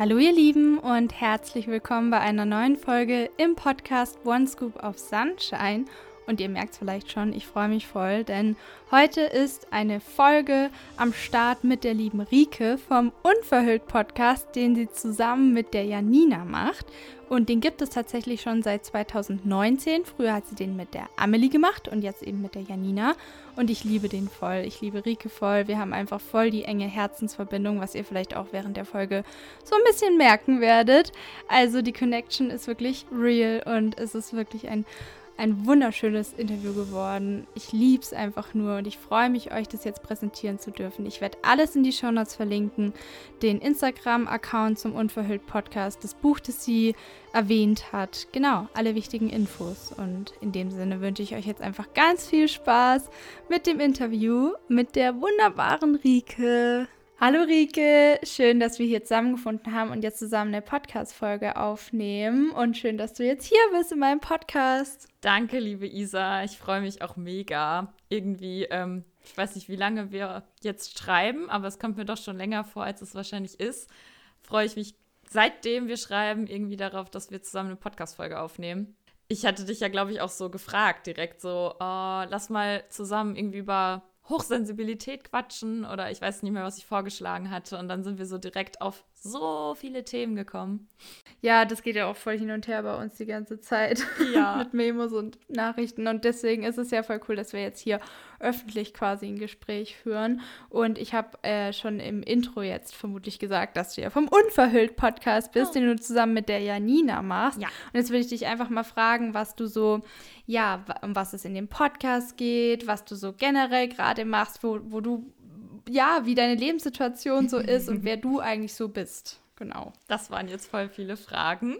Hallo ihr Lieben und herzlich willkommen bei einer neuen Folge im Podcast One Scoop of Sunshine. Und ihr merkt es vielleicht schon, ich freue mich voll, denn heute ist eine Folge am Start mit der lieben Rike vom Unverhüllt-Podcast, den sie zusammen mit der Janina macht. Und den gibt es tatsächlich schon seit 2019. Früher hat sie den mit der Amelie gemacht und jetzt eben mit der Janina. Und ich liebe den voll, ich liebe Rike voll. Wir haben einfach voll die enge Herzensverbindung, was ihr vielleicht auch während der Folge so ein bisschen merken werdet. Also die Connection ist wirklich real und es ist wirklich ein wunderschönes Interview geworden. Ich liebe es einfach nur und ich freue mich, euch das jetzt präsentieren zu dürfen. Ich werde alles in die Shownotes verlinken, den Instagram-Account zum Unverhüllt-Podcast, das Buch, das sie erwähnt hat. Genau, alle wichtigen Infos. Und in dem Sinne wünsche ich euch jetzt einfach ganz viel Spaß mit dem Interview mit der wunderbaren Rike. Hallo Rike, schön, dass wir hier zusammengefunden haben und jetzt zusammen eine Podcast-Folge aufnehmen und schön, dass du jetzt hier bist in meinem Podcast. Danke, liebe Isa, ich freue mich auch mega. Irgendwie, ich weiß nicht, wie lange wir jetzt schreiben, aber es kommt mir doch schon länger vor, als es wahrscheinlich ist. Freue ich mich, seitdem wir schreiben, irgendwie darauf, dass wir zusammen eine Podcast-Folge aufnehmen. Ich hatte dich ja, glaube ich, auch so gefragt, direkt so, lass mal zusammen irgendwie über Hochsensibilität quatschen oder ich weiß nicht mehr, was ich vorgeschlagen hatte. Und dann sind wir so direkt auf so viele Themen gekommen. Ja, das geht ja auch voll hin und her bei uns die ganze Zeit. Ja. Mit Memos und Nachrichten. Und deswegen ist es ja voll cool, dass wir jetzt hier öffentlich quasi ein Gespräch führen. Und ich habe schon im Intro jetzt vermutlich gesagt, dass du ja vom Unverhüllt-Podcast bist, den du zusammen mit der Janina machst. Ja. Und jetzt will ich dich einfach mal fragen, was du so, ja, um was es in dem Podcast geht, was du so generell gerade machst, wo du, ja, wie deine Lebenssituation so ist und wer du eigentlich so bist. Genau. Das waren jetzt voll viele Fragen.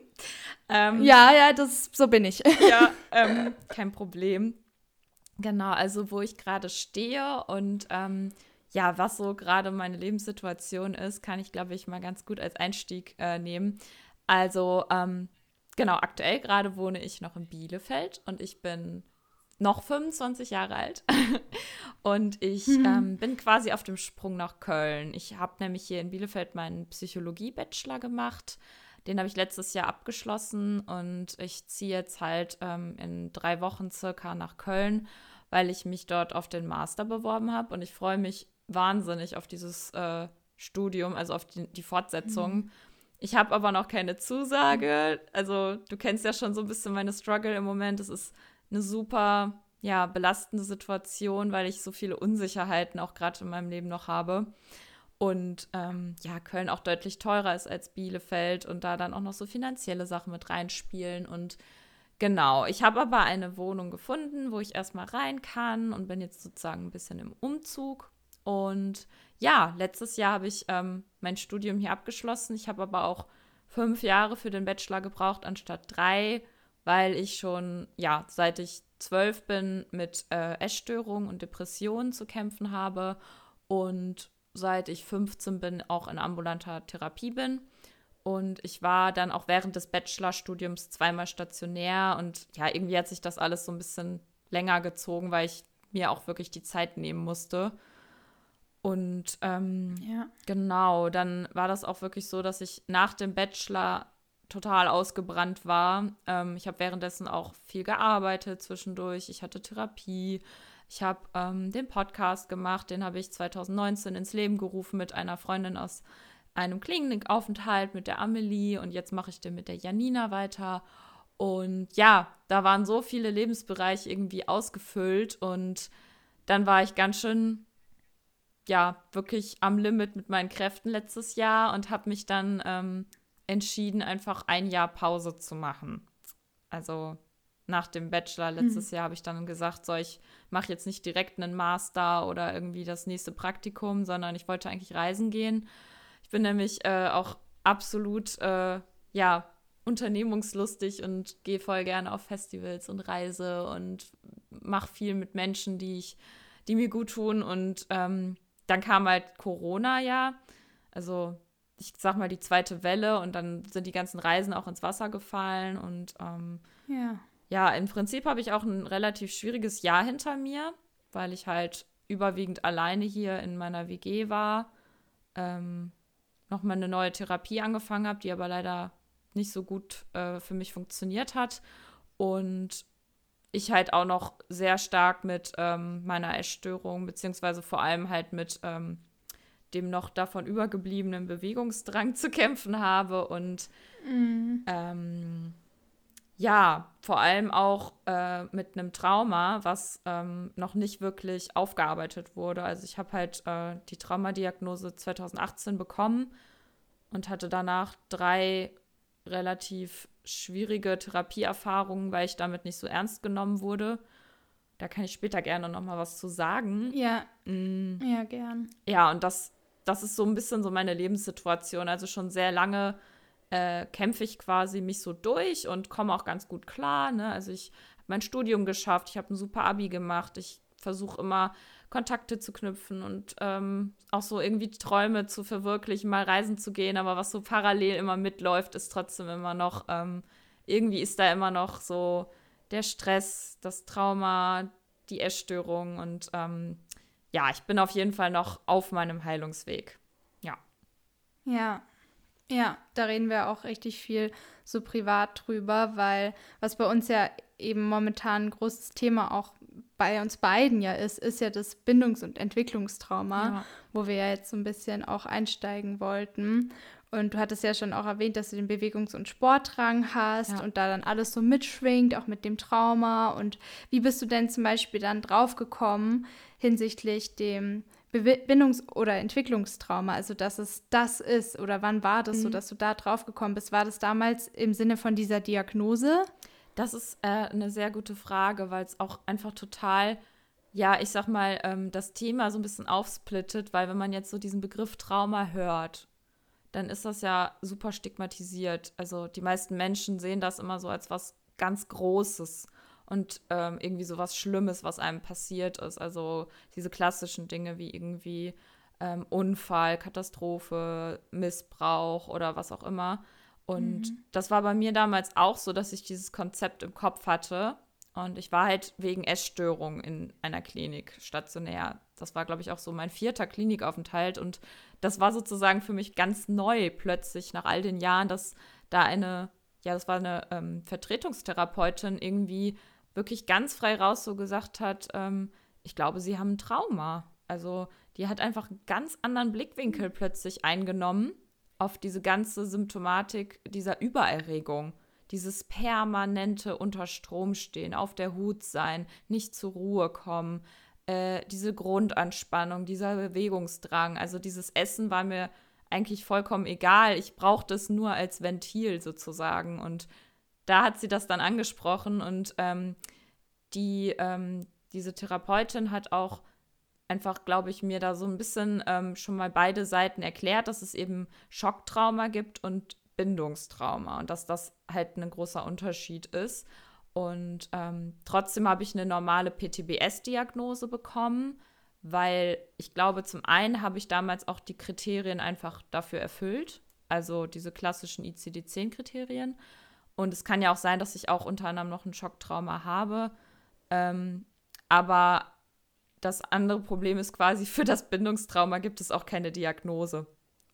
Ja, so bin ich. Ja, kein Problem. Genau, also wo ich gerade stehe und ja, was so gerade meine Lebenssituation ist, kann ich, glaube ich, mal ganz gut als Einstieg nehmen. Also, genau, aktuell gerade wohne ich noch in Bielefeld und ich bin noch 25 Jahre alt und ich bin quasi auf dem Sprung nach Köln. Ich habe nämlich hier in Bielefeld meinen Psychologie-Bachelor gemacht. Den habe ich letztes Jahr abgeschlossen und ich ziehe jetzt halt in 3 Wochen circa nach Köln, weil ich mich dort auf den Master beworben habe und ich freue mich wahnsinnig auf dieses Studium, also auf die Fortsetzung. Ich habe aber noch keine Zusage. Also du kennst ja schon so ein bisschen meine Struggle im Moment. Es ist eine super, ja, belastende Situation, weil ich so viele Unsicherheiten auch gerade in meinem Leben noch habe. Und ja, Köln auch deutlich teurer ist als Bielefeld und da dann auch noch so finanzielle Sachen mit reinspielen. Und genau, ich habe aber eine Wohnung gefunden, wo ich erstmal rein kann und bin jetzt sozusagen ein bisschen im Umzug. Und ja, letztes Jahr habe ich mein Studium hier abgeschlossen. Ich habe aber auch 5 Jahre für den Bachelor gebraucht anstatt 3, weil ich schon, ja, seit ich 12 bin, mit Essstörungen und Depressionen zu kämpfen habe und seit ich 15 bin, auch in ambulanter Therapie bin. Und ich war dann auch während des Bachelorstudiums 2-mal stationär und ja, irgendwie hat sich das alles so ein bisschen länger gezogen, weil ich mir auch wirklich die Zeit nehmen musste. Und Ja. genau, dann war das auch wirklich so, dass ich nach dem Bachelor total ausgebrannt war. Ich habe währenddessen auch viel gearbeitet zwischendurch. Ich hatte Therapie. Ich habe den Podcast gemacht, den habe ich 2019 ins Leben gerufen mit einer Freundin aus einem Klinikaufenthalt, mit der Amelie. Und jetzt mache ich den mit der Janina weiter. Und ja, da waren so viele Lebensbereiche irgendwie ausgefüllt. Und dann war ich ganz schön, ja, wirklich am Limit mit meinen Kräften letztes Jahr und habe mich dann entschieden, einfach 1 Jahr Pause zu machen. Also nach dem Bachelor letztes Jahr habe ich dann gesagt, so, ich mache jetzt nicht direkt einen Master oder irgendwie das nächste Praktikum, sondern ich wollte eigentlich reisen gehen. Ich bin nämlich auch absolut, ja, unternehmungslustig und gehe voll gerne auf Festivals und reise und mache viel mit Menschen, die mir gut tun. Und dann kam halt Corona, ja, also ich sag mal die 2. Welle und dann sind die ganzen Reisen auch ins Wasser gefallen und ja, im Prinzip habe ich auch ein relativ schwieriges Jahr hinter mir, weil ich halt überwiegend alleine hier in meiner WG war. nochmal eine neue Therapie angefangen habe, die aber leider nicht so gut für mich funktioniert hat. Und ich halt auch noch sehr stark mit meiner Essstörung, beziehungsweise vor allem halt mit dem noch davon übergebliebenen Bewegungsdrang zu kämpfen habe. Und ja, vor allem auch mit einem Trauma, was noch nicht wirklich aufgearbeitet wurde. Also ich habe halt die Traumadiagnose 2018 bekommen und hatte danach 3 relativ schwierige Therapieerfahrungen, weil ich damit nicht so ernst genommen wurde. Da kann ich später gerne noch mal was zu sagen. Ja, ja, gern. Ja, und das ist so ein bisschen so meine Lebenssituation. Also schon sehr lange kämpfe ich quasi mich so durch und komme auch ganz gut klar. Ne? Also ich habe mein Studium geschafft, ich habe ein super Abi gemacht, ich versuche immer Kontakte zu knüpfen und auch so irgendwie Träume zu verwirklichen, mal reisen zu gehen. Aber was so parallel immer mitläuft, ist trotzdem immer noch, irgendwie ist da immer noch so der Stress, das Trauma, die Essstörung. Und ja, ich bin auf jeden Fall noch auf meinem Heilungsweg. Ja. Ja. Ja, da reden wir auch richtig viel so privat drüber, weil was bei uns ja eben momentan ein großes Thema auch bei uns beiden ja ist ja das Bindungs- und Entwicklungstrauma, wo wir ja jetzt so ein bisschen auch einsteigen wollten. Und du hattest ja schon auch erwähnt, dass du den Bewegungs- und Sportdrang hast und da dann alles so mitschwingt, auch mit dem Trauma. Und wie bist du denn zum Beispiel dann draufgekommen hinsichtlich dem Bindungs- oder Entwicklungstrauma, also dass es das ist, oder wann war das so, dass du da drauf gekommen bist? War das damals im Sinne von dieser Diagnose? Das ist eine sehr gute Frage, weil es auch einfach total, ja, ich sag mal, das Thema so ein bisschen aufsplittet, weil wenn man jetzt so diesen Begriff Trauma hört, dann ist das ja super stigmatisiert. Also die meisten Menschen sehen das immer so als was ganz Großes und irgendwie so was Schlimmes, was einem passiert ist. Also diese klassischen Dinge wie irgendwie Unfall, Katastrophe, Missbrauch oder was auch immer. Und das war bei mir damals auch so, dass ich dieses Konzept im Kopf hatte. Und ich war halt wegen Essstörung in einer Klinik stationär. Das war, glaube ich, auch so mein 4. Klinikaufenthalt. Und das war sozusagen für mich ganz neu plötzlich nach all den Jahren, dass da das war eine Vertretungstherapeutin irgendwie wirklich ganz frei raus so gesagt hat, ich glaube, sie haben ein Trauma. Also die hat einfach einen ganz anderen Blickwinkel plötzlich eingenommen auf diese ganze Symptomatik dieser Übererregung. Dieses permanente unter Strom stehen, auf der Hut sein, nicht zur Ruhe kommen, diese Grundanspannung, dieser Bewegungsdrang. Also dieses Essen war mir eigentlich vollkommen egal. Ich brauchte es nur als Ventil sozusagen. Und da hat sie das dann angesprochen und diese Therapeutin hat auch einfach, glaube ich, mir da so ein bisschen schon mal beide Seiten erklärt, dass es eben Schocktrauma gibt und Bindungstrauma und dass das halt ein großer Unterschied ist. Und trotzdem habe ich eine normale PTBS-Diagnose bekommen, weil ich glaube, zum einen habe ich damals auch die Kriterien einfach dafür erfüllt, also diese klassischen ICD-10-Kriterien. Und es kann ja auch sein, dass ich auch unter anderem noch ein Schocktrauma habe. Aber das andere Problem ist quasi, für das Bindungstrauma gibt es auch keine Diagnose.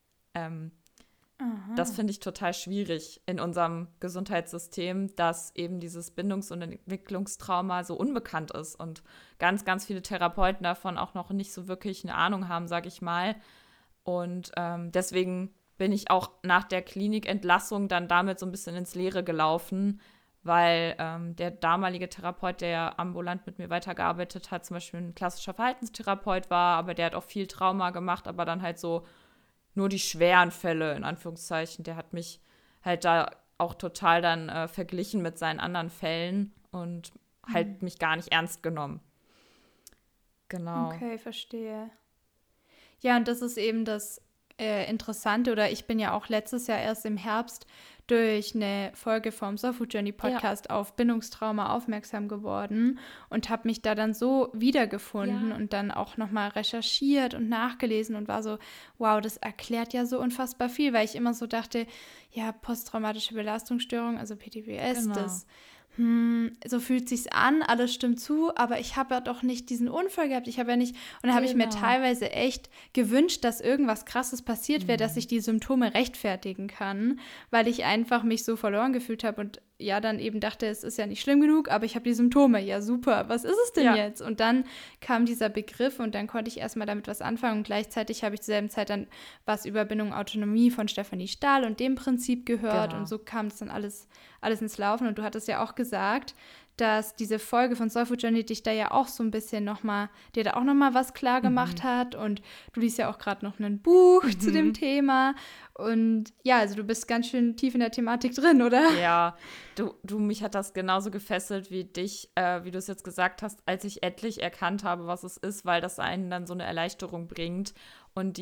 Das finde ich total schwierig in unserem Gesundheitssystem, dass eben dieses Bindungs- und Entwicklungstrauma so unbekannt ist und ganz, ganz viele Therapeuten davon auch noch nicht so wirklich eine Ahnung haben, sage ich mal. Und deswegen bin ich auch nach der Klinikentlassung dann damit so ein bisschen ins Leere gelaufen, weil der damalige Therapeut, der ja ambulant mit mir weitergearbeitet hat, zum Beispiel ein klassischer Verhaltenstherapeut war, aber der hat auch viel Trauma gemacht, aber dann halt so nur die schweren Fälle, in Anführungszeichen. Der hat mich halt da auch total dann verglichen mit seinen anderen Fällen und halt mich gar nicht ernst genommen. Genau. Okay, verstehe. Ja, und das ist eben das Interessante, oder ich bin ja auch letztes Jahr erst im Herbst durch eine Folge vom Soul Food Journey Podcast auf Bindungstrauma aufmerksam geworden und habe mich da dann so wiedergefunden und dann auch nochmal recherchiert und nachgelesen und war so, wow, das erklärt ja so unfassbar viel, weil ich immer so dachte, ja, posttraumatische Belastungsstörung, also PTBS, das so fühlt sich's an, alles stimmt zu, aber ich habe ja doch nicht diesen Unfall gehabt, ich habe ja nicht, und dann habe ich mir teilweise echt gewünscht, dass irgendwas Krasses passiert wäre, dass ich die Symptome rechtfertigen kann, weil ich einfach mich so verloren gefühlt habe und ja, dann eben dachte, es ist ja nicht schlimm genug, aber ich habe die Symptome, ja super, was ist es denn jetzt? Und dann kam dieser Begriff und dann konnte ich erstmal damit was anfangen und gleichzeitig habe ich zur selben Zeit dann was über Bindung Autonomie von Stefanie Stahl und dem Prinzip gehört und so kam es dann alles ins Laufen und du hattest ja auch gesagt, dass diese Folge von Soul Food Journey dich da ja auch so ein bisschen dir da auch nochmal was klar gemacht hat und du liest ja auch gerade noch ein Buch zu dem Thema und ja, also du bist ganz schön tief in der Thematik drin, oder? Ja, mich hat das genauso gefesselt wie dich, wie du es jetzt gesagt hast, als ich endlich erkannt habe, was es ist, weil das einen dann so eine Erleichterung bringt und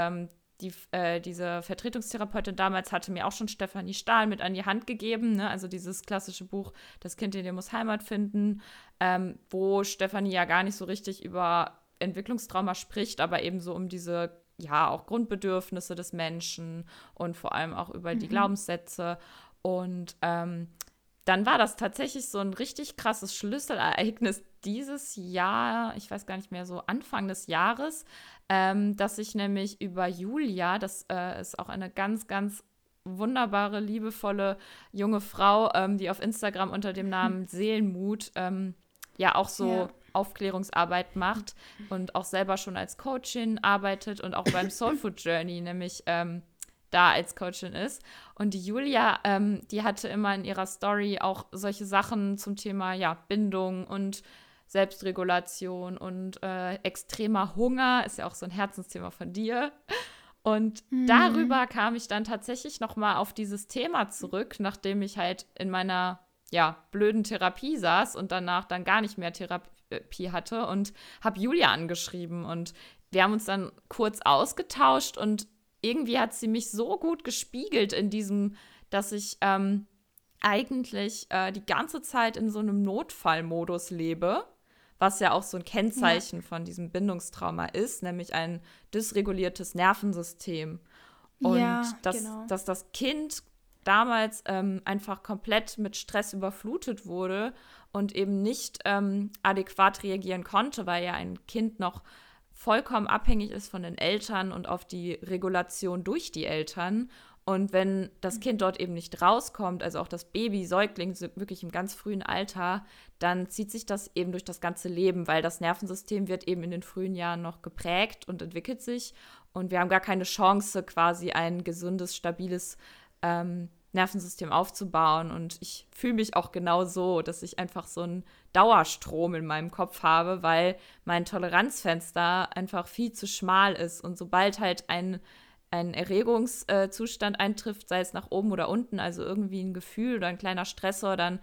diese Vertretungstherapeutin damals hatte mir auch schon Stefanie Stahl mit an die Hand gegeben, ne? Also dieses klassische Buch Das Kind in dir muss Heimat finden, wo Stefanie ja gar nicht so richtig über Entwicklungstrauma spricht, aber eben so um diese, ja, auch Grundbedürfnisse des Menschen und vor allem auch über die Glaubenssätze. Und dann war das tatsächlich so ein richtig krasses Schlüsselereignis dieses Jahr, ich weiß gar nicht mehr, so Anfang des Jahres, dass ich nämlich über Julia, das ist auch eine ganz, ganz wunderbare, liebevolle junge Frau, die auf Instagram unter dem Namen Seelenmut ja auch so Aufklärungsarbeit macht und auch selber schon als Coachin arbeitet und auch beim Soul Food Journey nämlich da als Coachin ist. Und die Julia, die hatte immer in ihrer Story auch solche Sachen zum Thema Bindung und Selbstregulation und extremer Hunger, ist ja auch so ein Herzensthema von dir. Und darüber kam ich dann tatsächlich nochmal auf dieses Thema zurück, nachdem ich halt in meiner blöden Therapie saß und danach dann gar nicht mehr Therapie hatte und habe Julia angeschrieben. Und wir haben uns dann kurz ausgetauscht und irgendwie hat sie mich so gut gespiegelt in diesem, dass ich eigentlich die ganze Zeit in so einem Notfallmodus lebe, was ja auch so ein Kennzeichen von diesem Bindungstrauma ist, nämlich ein dysreguliertes Nervensystem. Und dass das Kind damals einfach komplett mit Stress überflutet wurde und eben nicht adäquat reagieren konnte, weil ja ein Kind noch vollkommen abhängig ist von den Eltern und auf die Regulation durch die Eltern. Und wenn das Kind dort eben nicht rauskommt, also auch das Baby, Säugling, wirklich im ganz frühen Alter, dann zieht sich das eben durch das ganze Leben, weil das Nervensystem wird eben in den frühen Jahren noch geprägt und entwickelt sich. Und wir haben gar keine Chance, quasi ein gesundes, stabiles Nervensystem aufzubauen. Und ich fühle mich auch genau so, dass ich einfach so einen Dauerstrom in meinem Kopf habe, weil mein Toleranzfenster einfach viel zu schmal ist. Und sobald halt ein Erregungszustand eintrifft, sei es nach oben oder unten, also irgendwie ein Gefühl oder ein kleiner Stressor, dann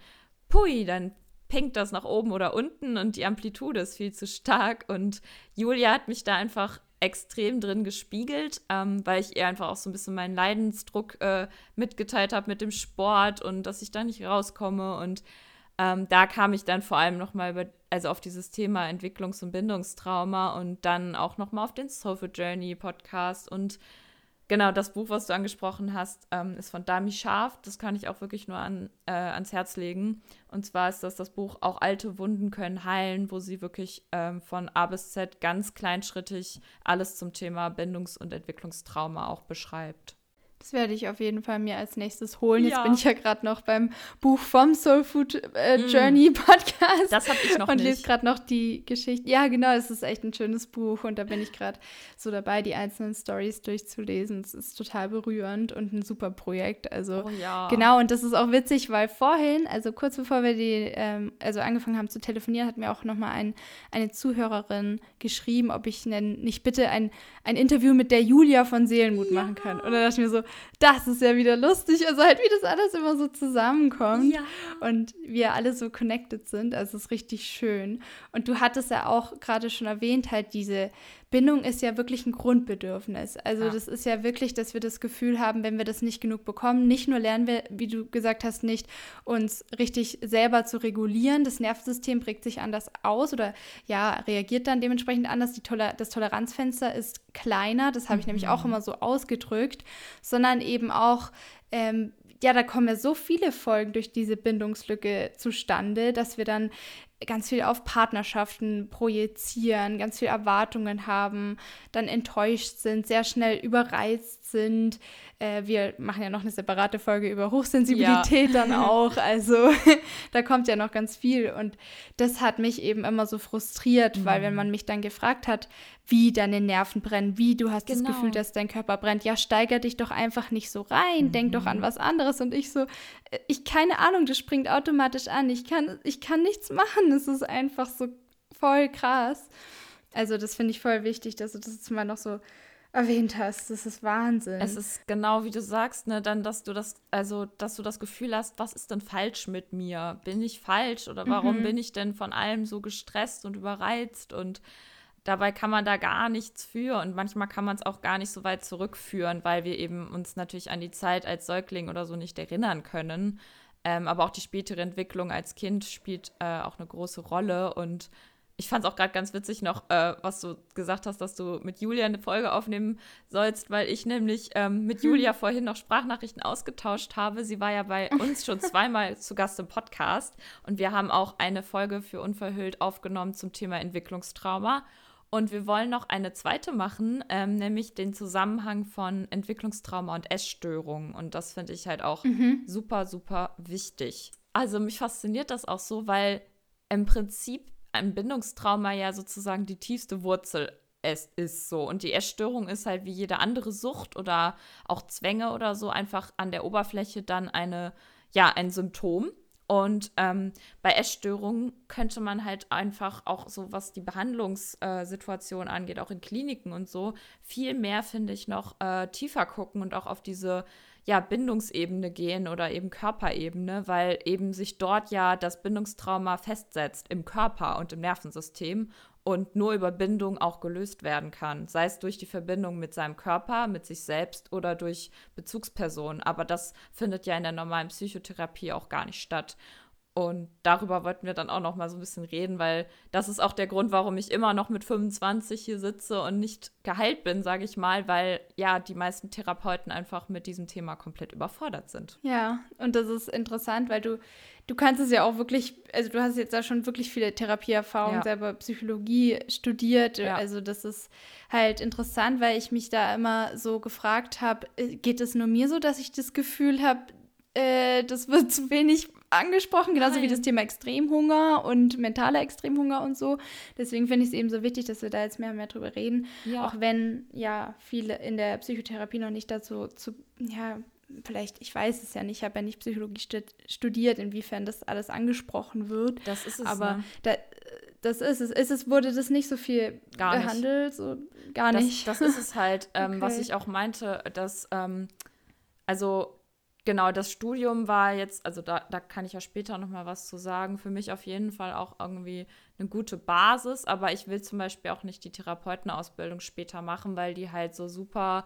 pinkt das nach oben oder unten und die Amplitude ist viel zu stark. Und Julia hat mich da einfach extrem drin gespiegelt, weil ich ihr einfach auch so ein bisschen meinen Leidensdruck mitgeteilt habe mit dem Sport und dass ich da nicht rauskomme. Und da kam ich dann vor allem nochmal auf dieses Thema Entwicklungs- und Bindungstrauma und dann auch nochmal auf den Soul Food Journey Podcast. Und genau, das Buch, was du angesprochen hast, ist von Dami Scharf. Das kann ich auch wirklich nur ans Herz legen. Und zwar ist das Buch Auch alte Wunden können heilen, wo sie wirklich von A bis Z ganz kleinschrittig alles zum Thema Bindungs- und Entwicklungstrauma auch beschreibt. Das werde ich auf jeden Fall mir als nächstes holen. Jetzt bin ich ja gerade noch beim Buch vom Soul Food Journey Podcast. Das habe ich noch und nicht. Und lese gerade noch die Geschichte. Ja, genau, es ist echt ein schönes Buch. Und da bin ich gerade so dabei, die einzelnen Storys durchzulesen. Es ist total berührend und ein super Projekt. Also genau, und das ist auch witzig, weil vorhin, also kurz bevor wir angefangen haben zu telefonieren, hat mir auch nochmal eine Zuhörerin geschrieben, ob ich nicht bitte ein Interview mit der Julia von Seelenmut machen kann. Und dann dachte ich mir so, das ist ja wieder lustig, also halt, wie das alles immer so zusammenkommt und wir alle so connected sind, also es ist richtig schön. Und du hattest ja auch gerade schon erwähnt, halt diese Bindung ist ja wirklich ein Grundbedürfnis. Also das ist ja wirklich, dass wir das Gefühl haben, wenn wir das nicht genug bekommen, nicht nur lernen wir, wie du gesagt hast, nicht uns richtig selber zu regulieren, das Nervensystem prägt sich anders aus oder reagiert dann dementsprechend anders, das Toleranzfenster ist kleiner, das habe ich nämlich auch immer so ausgedrückt, sondern eben auch ja, da kommen ja so viele Folgen durch diese Bindungslücke zustande, dass wir dann ganz viel auf Partnerschaften projizieren, ganz viel Erwartungen haben, dann enttäuscht sind, sehr schnell überreizt sind. Wir machen ja noch eine separate Folge über Hochsensibilität dann auch. Also da kommt ja noch ganz viel. Und das hat mich eben immer so frustriert, weil wenn man mich dann gefragt hat, wie deine Nerven brennen, wie du hast das Gefühl, dass dein Körper brennt, ja, steiger dich doch einfach nicht so rein, denk doch an was anderes. Und ich so, keine Ahnung, das springt automatisch an. Ich kann nichts machen. Es ist einfach so voll krass. Also das finde ich voll wichtig, dass du das jetzt mal noch so erwähnt hast. Das ist Wahnsinn. Es ist genau wie du sagst, ne, dann, dass du das Gefühl hast, was ist denn falsch mit mir? Bin ich falsch oder warum bin ich denn von allem so gestresst und überreizt? Und dabei kann man da gar nichts für und manchmal kann man es auch gar nicht so weit zurückführen, weil wir eben uns natürlich an die Zeit als Säugling oder so nicht erinnern können. Aber auch die spätere Entwicklung als Kind spielt auch eine große Rolle. Und ich fand es auch gerade ganz witzig noch, was du gesagt hast, dass du mit Julia eine Folge aufnehmen sollst, weil ich nämlich mit Julia vorhin noch Sprachnachrichten ausgetauscht habe. Sie war ja bei uns schon zweimal zu Gast im Podcast und wir haben auch eine Folge für Unverhüllt aufgenommen zum Thema Entwicklungstrauma. Und wir wollen noch eine zweite machen, nämlich den Zusammenhang von Entwicklungstrauma und Essstörungen. Und das finde ich halt auch super, super wichtig. Also mich fasziniert das auch so, weil im Prinzip ein Bindungstrauma ja sozusagen die tiefste Wurzel ist so. Und die Essstörung ist halt wie jede andere Sucht oder auch Zwänge oder so einfach an der Oberfläche dann ein Symptom. Und bei Essstörungen könnte man halt einfach auch so, was die Behandlungssituation angeht, auch in Kliniken und so, viel mehr, finde ich, noch tiefer gucken und auch auf diese Bindungsebene gehen oder eben Körperebene, weil eben sich dort ja das Bindungstrauma festsetzt im Körper und im Nervensystem und nur über Bindung auch gelöst werden kann, sei es durch die Verbindung mit seinem Körper, mit sich selbst oder durch Bezugspersonen. Aber das findet ja in der normalen Psychotherapie auch gar nicht statt. Und darüber wollten wir dann auch noch mal so ein bisschen reden, weil das ist auch der Grund, warum ich immer noch mit 25 hier sitze und nicht geheilt bin, sage ich mal, weil ja die meisten Therapeuten einfach mit diesem Thema komplett überfordert sind. Ja, und das ist interessant, weil du kannst es ja auch wirklich, also du hast jetzt da schon wirklich viele Therapieerfahrungen, selber Psychologie studiert, also das ist halt interessant, weil ich mich da immer so gefragt habe, geht es nur mir so, dass ich das Gefühl habe, das wird zu wenig angesprochen, genauso wie das Thema Extremhunger und mentaler Extremhunger und so. Deswegen finde ich es eben so wichtig, dass wir da jetzt mehr und mehr drüber reden. Ja. Auch wenn ja viele in der Psychotherapie noch nicht dazu vielleicht, ich weiß es ja nicht, ich habe ja nicht Psychologie studiert, inwiefern das alles angesprochen wird. Das ist es, aber das ist es. Wurde das nicht so viel behandelt? So, gar nicht. Das ist es halt, was ich auch meinte, dass, genau, das Studium war jetzt, also da kann ich ja später noch mal was zu sagen, für mich auf jeden Fall auch irgendwie eine gute Basis, aber ich will zum Beispiel auch nicht die Therapeutenausbildung später machen, weil die halt so super,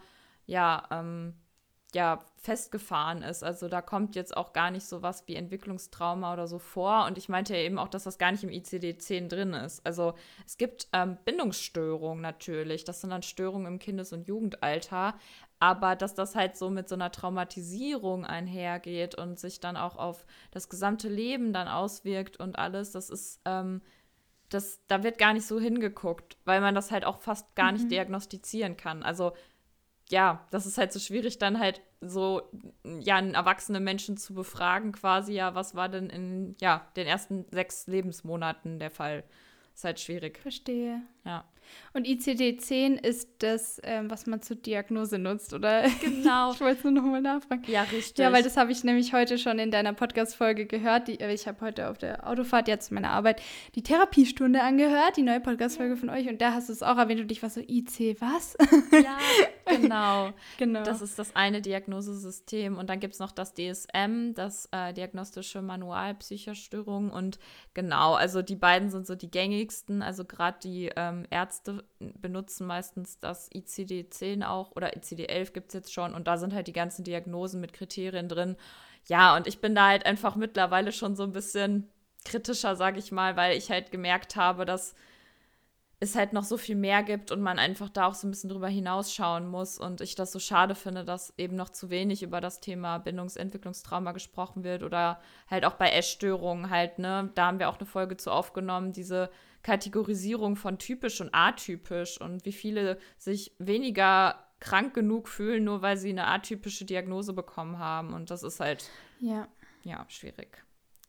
festgefahren ist. Also da kommt jetzt auch gar nicht so was wie Entwicklungstrauma oder so vor. Und ich meinte ja eben auch, dass das gar nicht im ICD-10 drin ist. Also es gibt Bindungsstörungen natürlich. Das sind dann Störungen im Kindes- und Jugendalter. Aber dass das halt so mit so einer Traumatisierung einhergeht und sich dann auch auf das gesamte Leben dann auswirkt und alles, das ist, da wird gar nicht so hingeguckt, weil man das halt auch fast gar nicht diagnostizieren kann. Also ja, das ist halt so schwierig, dann halt so, einen erwachsenen Menschen zu befragen quasi, was war denn in, den ersten 6 Lebensmonaten der Fall? Ist halt schwierig. Verstehe. Ja. Und ICD-10 ist das, was man zur Diagnose nutzt, oder? Genau. Ich wollte es nur noch mal nachfragen. Ja, richtig. Ja, weil das habe ich nämlich heute schon in deiner Podcast-Folge gehört. Ich habe heute auf der Autofahrt jetzt meiner Arbeit die Therapiestunde angehört, die neue Podcast-Folge von euch. Und da hast du es auch erwähnt und ich war so, IC, was? Ja, genau. Genau. Das ist das eine Diagnosesystem. Und dann gibt es noch das DSM, das Diagnostische Manual Psychostörungen. Und genau, also die beiden sind so die gängigsten. Also gerade die Ärzte benutzen meistens das ICD-10 auch oder ICD-11 gibt es jetzt schon und da sind halt die ganzen Diagnosen mit Kriterien drin. Ja, und ich bin da halt einfach mittlerweile schon so ein bisschen kritischer, sage ich mal, weil ich halt gemerkt habe, dass es halt noch so viel mehr gibt und man einfach da auch so ein bisschen drüber hinausschauen muss. Und ich das so schade finde, dass eben noch zu wenig über das Thema Bindungsentwicklungstrauma gesprochen wird oder halt auch bei Essstörungen halt, ne, da haben wir auch eine Folge zu aufgenommen, diese Kategorisierung von typisch und atypisch und wie viele sich weniger krank genug fühlen, nur weil sie eine atypische Diagnose bekommen haben. Und das ist halt, Ja. ja, schwierig.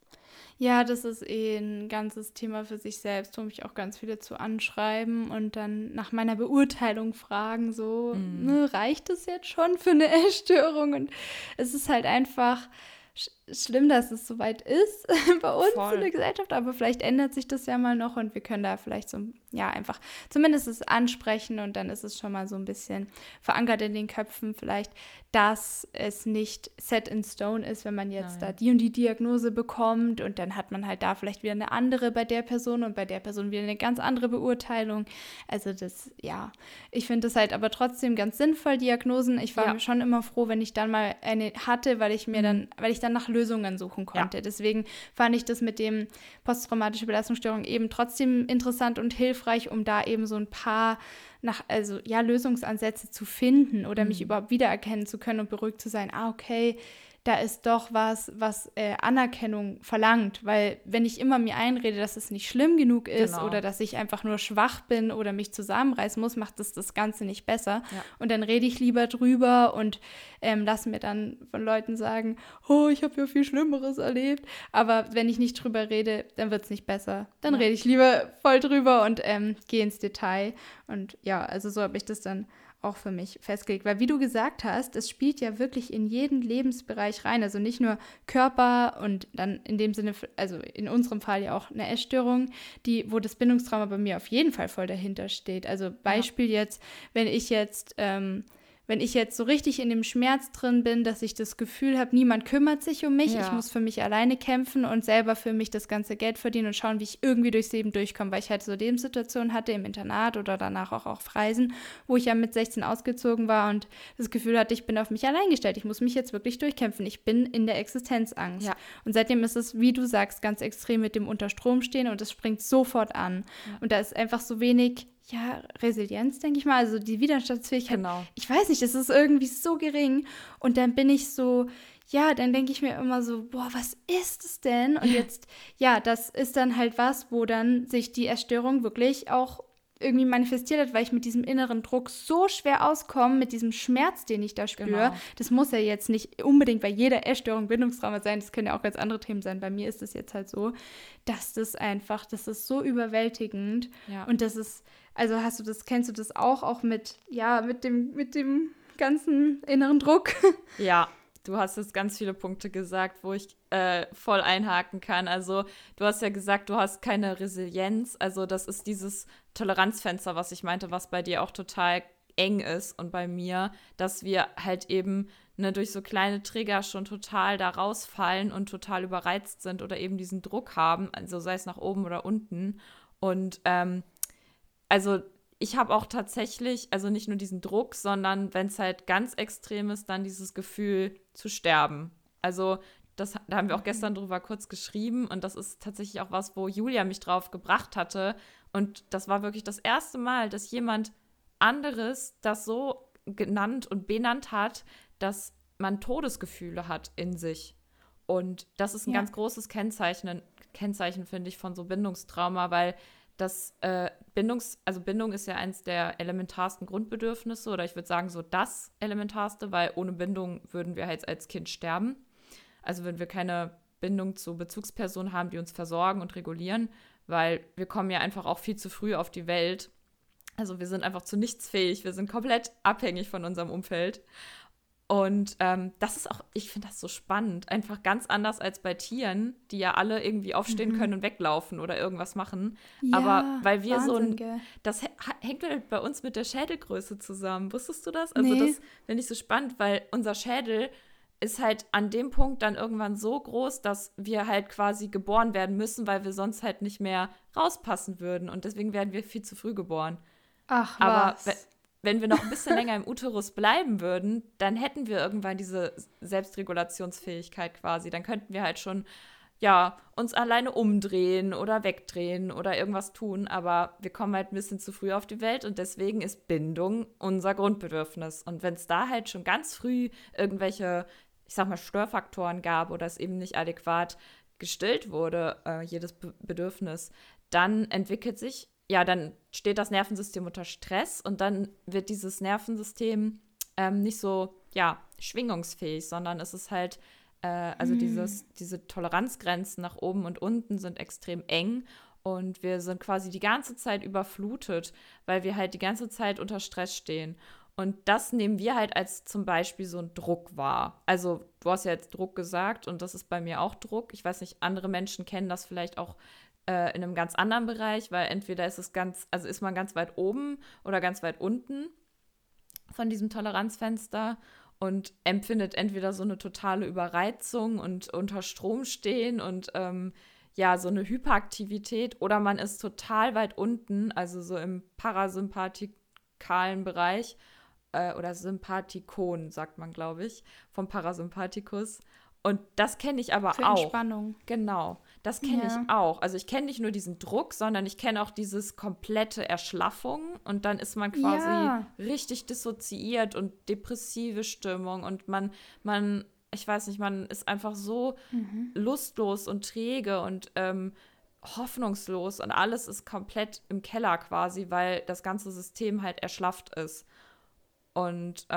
Ja, das ist ein ganzes Thema für sich selbst, wo mich auch ganz viele zu anschreiben und dann nach meiner Beurteilung fragen, so, ne, reicht es jetzt schon für eine Essstörung? Und es ist halt einfach schlimm, dass es soweit ist bei uns in der Gesellschaft, aber vielleicht ändert sich das ja mal noch und wir können da vielleicht so, ja, einfach zumindest es ansprechen und dann ist es schon mal so ein bisschen verankert in den Köpfen vielleicht, dass es nicht set in stone ist, wenn man jetzt da die und die Diagnose bekommt und dann hat man halt da vielleicht wieder eine andere bei der Person und bei der Person wieder eine ganz andere Beurteilung. Also das, ja, ich finde das halt aber trotzdem ganz sinnvoll, Diagnosen. Ich war schon immer froh, wenn ich dann mal eine hatte, weil ich dann nach Lösungen suchen konnte. Deswegen fand ich das mit dem posttraumatische Belastungsstörung eben trotzdem interessant und hilfreich, um da eben so ein paar Lösungsansätze zu finden oder mich überhaupt wiedererkennen zu können und beruhigt zu sein, okay, da ist doch was Anerkennung verlangt, weil wenn ich immer mir einrede, dass es nicht schlimm genug ist oder dass ich einfach nur schwach bin oder mich zusammenreißen muss, macht das Ganze nicht besser. Ja. Und dann rede ich lieber drüber und lasse mir dann von Leuten sagen, oh, ich habe ja viel Schlimmeres erlebt. Aber wenn ich nicht drüber rede, dann wird es nicht besser. Dann rede ich lieber voll drüber und gehe ins Detail. Und ja, also so habe ich das dann auch für mich festgelegt. Weil wie du gesagt hast, es spielt ja wirklich in jeden Lebensbereich rein. Also nicht nur Körper und dann in dem Sinne, also in unserem Fall ja auch eine Essstörung, wo das Bindungstrauma bei mir auf jeden Fall voll dahinter steht. Also Beispiel jetzt, wenn ich jetzt so richtig in dem Schmerz drin bin, dass ich das Gefühl habe, niemand kümmert sich um mich, ich muss für mich alleine kämpfen und selber für mich das ganze Geld verdienen und schauen, wie ich irgendwie durchs Leben durchkomme, weil ich halt so Lebenssituationen hatte im Internat oder danach auch auf Reisen, wo ich ja mit 16 ausgezogen war und das Gefühl hatte, ich bin auf mich allein gestellt, ich muss mich jetzt wirklich durchkämpfen, ich bin in der Existenzangst. Ja. Und seitdem ist es, wie du sagst, ganz extrem mit dem Unterstromstehen und es springt sofort an. Ja. Und da ist einfach so wenig Resilienz, denke ich mal, also die Widerstandsfähigkeit, ich weiß nicht, das ist irgendwie so gering und dann bin ich so, dann denke ich mir immer so, boah, was ist es denn? Und jetzt, das ist dann halt was, wo dann sich die Essstörung wirklich auch irgendwie manifestiert hat, weil ich mit diesem inneren Druck so schwer auskomme, mit diesem Schmerz, den ich da spüre. Genau. Das muss ja jetzt nicht unbedingt bei jeder Essstörung Bindungstrauma sein, das können ja auch ganz andere Themen sein. Bei mir ist es jetzt halt so, dass das ist so überwältigend und das ist, also kennst du das auch mit dem ganzen inneren Druck? Ja, du hast jetzt ganz viele Punkte gesagt, wo ich voll einhaken kann. Also du hast ja gesagt, du hast keine Resilienz. Also das ist dieses Toleranzfenster, was ich meinte, was bei dir auch total eng ist und bei mir, dass wir halt eben durch so kleine Trigger schon total da rausfallen und total überreizt sind oder eben diesen Druck haben, also sei es nach oben oder unten. Und also ich habe auch tatsächlich, also nicht nur diesen Druck, sondern wenn es halt ganz extrem ist, dann dieses Gefühl zu sterben. Also da haben wir auch gestern drüber kurz geschrieben und das ist tatsächlich auch was, wo Julia mich drauf gebracht hatte und das war wirklich das erste Mal, dass jemand anderes das so genannt und benannt hat, dass man Todesgefühle hat in sich. Und das ist ein ganz großes Kennzeichen, finde ich, von so Bindungstrauma, weil Bindung ist ja eins der elementarsten Grundbedürfnisse oder ich würde sagen so das elementarste, weil ohne Bindung würden wir halt als Kind sterben. Also wenn wir keine Bindung zu Bezugspersonen haben, die uns versorgen und regulieren, weil wir kommen ja einfach auch viel zu früh auf die Welt. Also wir sind einfach zu nichts fähig, wir sind komplett abhängig von unserem Umfeld. Und das ist auch, ich finde das so spannend, einfach ganz anders als bei Tieren, die ja alle irgendwie aufstehen können und weglaufen oder irgendwas machen. Ja, aber weil wir Wahnsinn, das hängt halt bei uns mit der Schädelgröße zusammen. Wusstest du das? Also das finde ich so spannend, weil unser Schädel ist halt an dem Punkt dann irgendwann so groß, dass wir halt quasi geboren werden müssen, weil wir sonst halt nicht mehr rauspassen würden. Und deswegen werden wir viel zu früh geboren. Ach, aber wenn wir noch ein bisschen länger im Uterus bleiben würden, dann hätten wir irgendwann diese Selbstregulationsfähigkeit quasi. Dann könnten wir halt schon ja, uns alleine umdrehen oder wegdrehen oder irgendwas tun, aber wir kommen halt ein bisschen zu früh auf die Welt und deswegen ist Bindung unser Grundbedürfnis. Und wenn es da halt schon ganz früh irgendwelche, ich sag mal, Störfaktoren gab oder es eben nicht adäquat gestillt wurde, jedes Bedürfnis, dann entwickelt sich, ja, dann steht das Nervensystem unter Stress und dann wird dieses Nervensystem nicht so, ja, schwingungsfähig, sondern es ist halt also diese Toleranzgrenzen nach oben und unten sind extrem eng und wir sind quasi die ganze Zeit überflutet, weil wir halt die ganze Zeit unter Stress stehen. Und das nehmen wir halt als zum Beispiel so ein Druck wahr. Also du hast ja jetzt Druck gesagt und das ist bei mir auch Druck. Ich weiß nicht, andere Menschen kennen das vielleicht auch in einem ganz anderen Bereich, weil entweder ist man ganz weit oben oder ganz weit unten von diesem Toleranzfenster und empfindet entweder so eine totale Überreizung und unter Strom stehen und ja, so eine Hyperaktivität oder man ist total weit unten, also so im parasympathikalen Bereich oder Sympathikon, sagt man, glaube ich, vom Parasympathikus. Und das kenne ich aber Für auch. Entspannung. Genau, das kenne ich auch. Also ich kenne nicht nur diesen Druck, sondern ich kenne auch dieses komplette Erschlaffung und dann ist man quasi richtig dissoziiert und depressive Stimmung und ich weiß nicht, man ist einfach so lustlos und träge und hoffnungslos und alles ist komplett im Keller quasi, weil das ganze System halt erschlafft ist. Und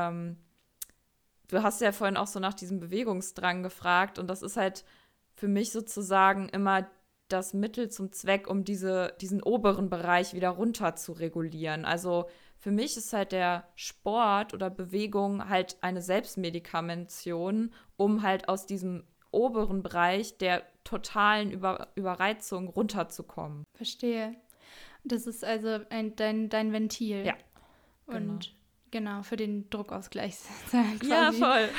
du hast ja vorhin auch so nach diesem Bewegungsdrang gefragt und das ist halt für mich sozusagen immer das Mittel zum Zweck, um diesen oberen Bereich wieder runter zu regulieren. Also für mich ist halt der Sport oder Bewegung halt eine Selbstmedikamentation, um halt aus diesem oberen Bereich der totalen Überreizung runterzukommen. Verstehe. Das ist also dein Ventil. Ja, und genau, für den Druckausgleich quasi. Ja,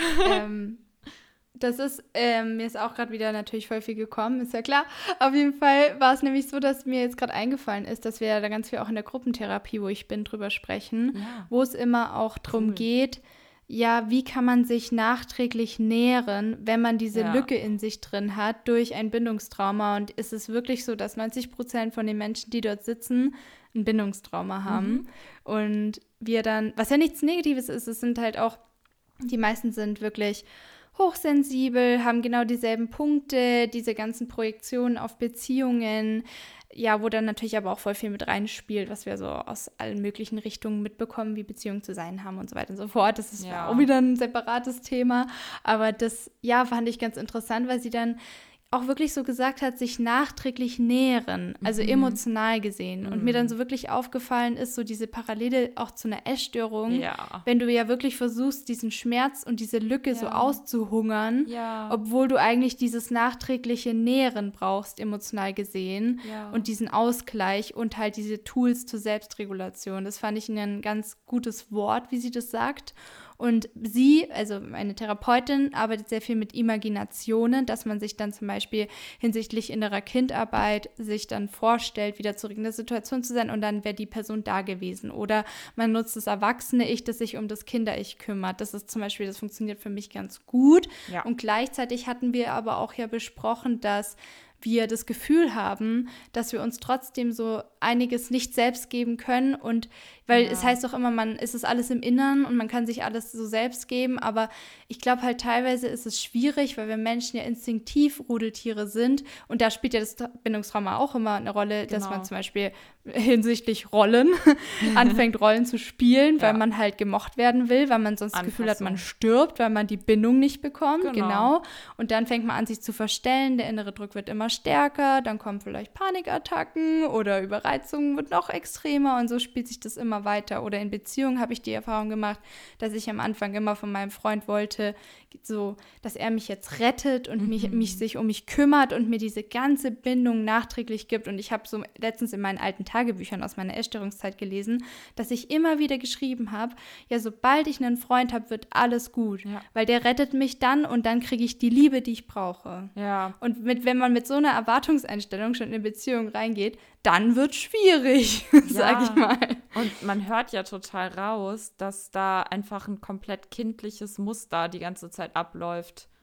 voll. Das ist, mir ist auch gerade wieder natürlich voll viel gekommen, ist ja klar. Auf jeden Fall war es nämlich so, dass mir jetzt gerade eingefallen ist, dass wir da ganz viel auch in der Gruppentherapie, wo ich bin, drüber sprechen, wo es immer auch darum geht, ja, wie kann man sich nachträglich nähren, wenn man diese Lücke in sich drin hat durch ein Bindungstrauma. Und ist es wirklich so, dass 90% von den Menschen, die dort sitzen, ein Bindungstrauma haben. Und wir dann, was ja nichts Negatives ist, es sind halt auch, die meisten sind wirklich hochsensibel, haben genau dieselben Punkte, diese ganzen Projektionen auf Beziehungen, ja, wo dann natürlich aber auch voll viel mit reinspielt, was wir so aus allen möglichen Richtungen mitbekommen, wie Beziehungen zu sein haben und so weiter und so fort. Das ist auch wieder ein separates Thema, aber das, fand ich ganz interessant, weil sie dann auch wirklich so gesagt hat, sich nachträglich nähren, also emotional gesehen. Und mir dann so wirklich aufgefallen ist, so diese Parallele auch zu einer Essstörung, wenn du ja wirklich versuchst, diesen Schmerz und diese Lücke so auszuhungern, obwohl du eigentlich dieses nachträgliche Nähren brauchst, emotional gesehen, und diesen Ausgleich und halt diese Tools zur Selbstregulation. Das fand ich ein ganz gutes Wort, wie sie das sagt. Und sie, also meine Therapeutin, arbeitet sehr viel mit Imaginationen, dass man sich dann zum Beispiel hinsichtlich innerer Kindarbeit sich dann vorstellt, wieder zurück in der Situation zu sein und dann wäre die Person da gewesen. Oder man nutzt das Erwachsene-Ich, das sich um das Kinder-Ich kümmert. Das ist zum Beispiel, das funktioniert für mich ganz gut. Ja. Und gleichzeitig hatten wir aber auch ja besprochen, dass wir das Gefühl haben, dass wir uns trotzdem so einiges nicht selbst geben können und weil es heißt doch immer, es ist alles im Innern und man kann sich alles so selbst geben, aber ich glaube halt teilweise ist es schwierig, weil wir Menschen ja instinktiv Rudeltiere sind und da spielt ja das Bindungstrauma auch immer eine Rolle, dass man zum Beispiel hinsichtlich Rollen anfängt, Rollen zu spielen, weil man halt gemocht werden will, weil man sonst das Gefühl hat, man stirbt, weil man die Bindung nicht bekommt, genau. Und dann fängt man an, sich zu verstellen, der innere Druck wird immer stärker, dann kommen vielleicht Panikattacken oder Überreizung wird noch extremer und so spielt sich das immer weiter. Oder in Beziehungen habe ich die Erfahrung gemacht, dass ich am Anfang immer von meinem Freund wollte, so, dass er mich jetzt rettet und mich sich um mich kümmert und mir diese ganze Bindung nachträglich gibt. Und ich habe so letztens in meinen alten Tagebüchern aus meiner Essstörungszeit gelesen, dass ich immer wieder geschrieben habe, ja, sobald ich einen Freund habe, wird alles gut, weil der rettet mich dann und dann kriege ich die Liebe, die ich brauche. Ja. Und wenn man mit so einer Erwartungseinstellung schon in eine Beziehung reingeht, dann wird schwierig, sag ich mal. Und man hört ja total raus, dass da einfach ein komplett kindliches Muster die ganze Zeit abläuft.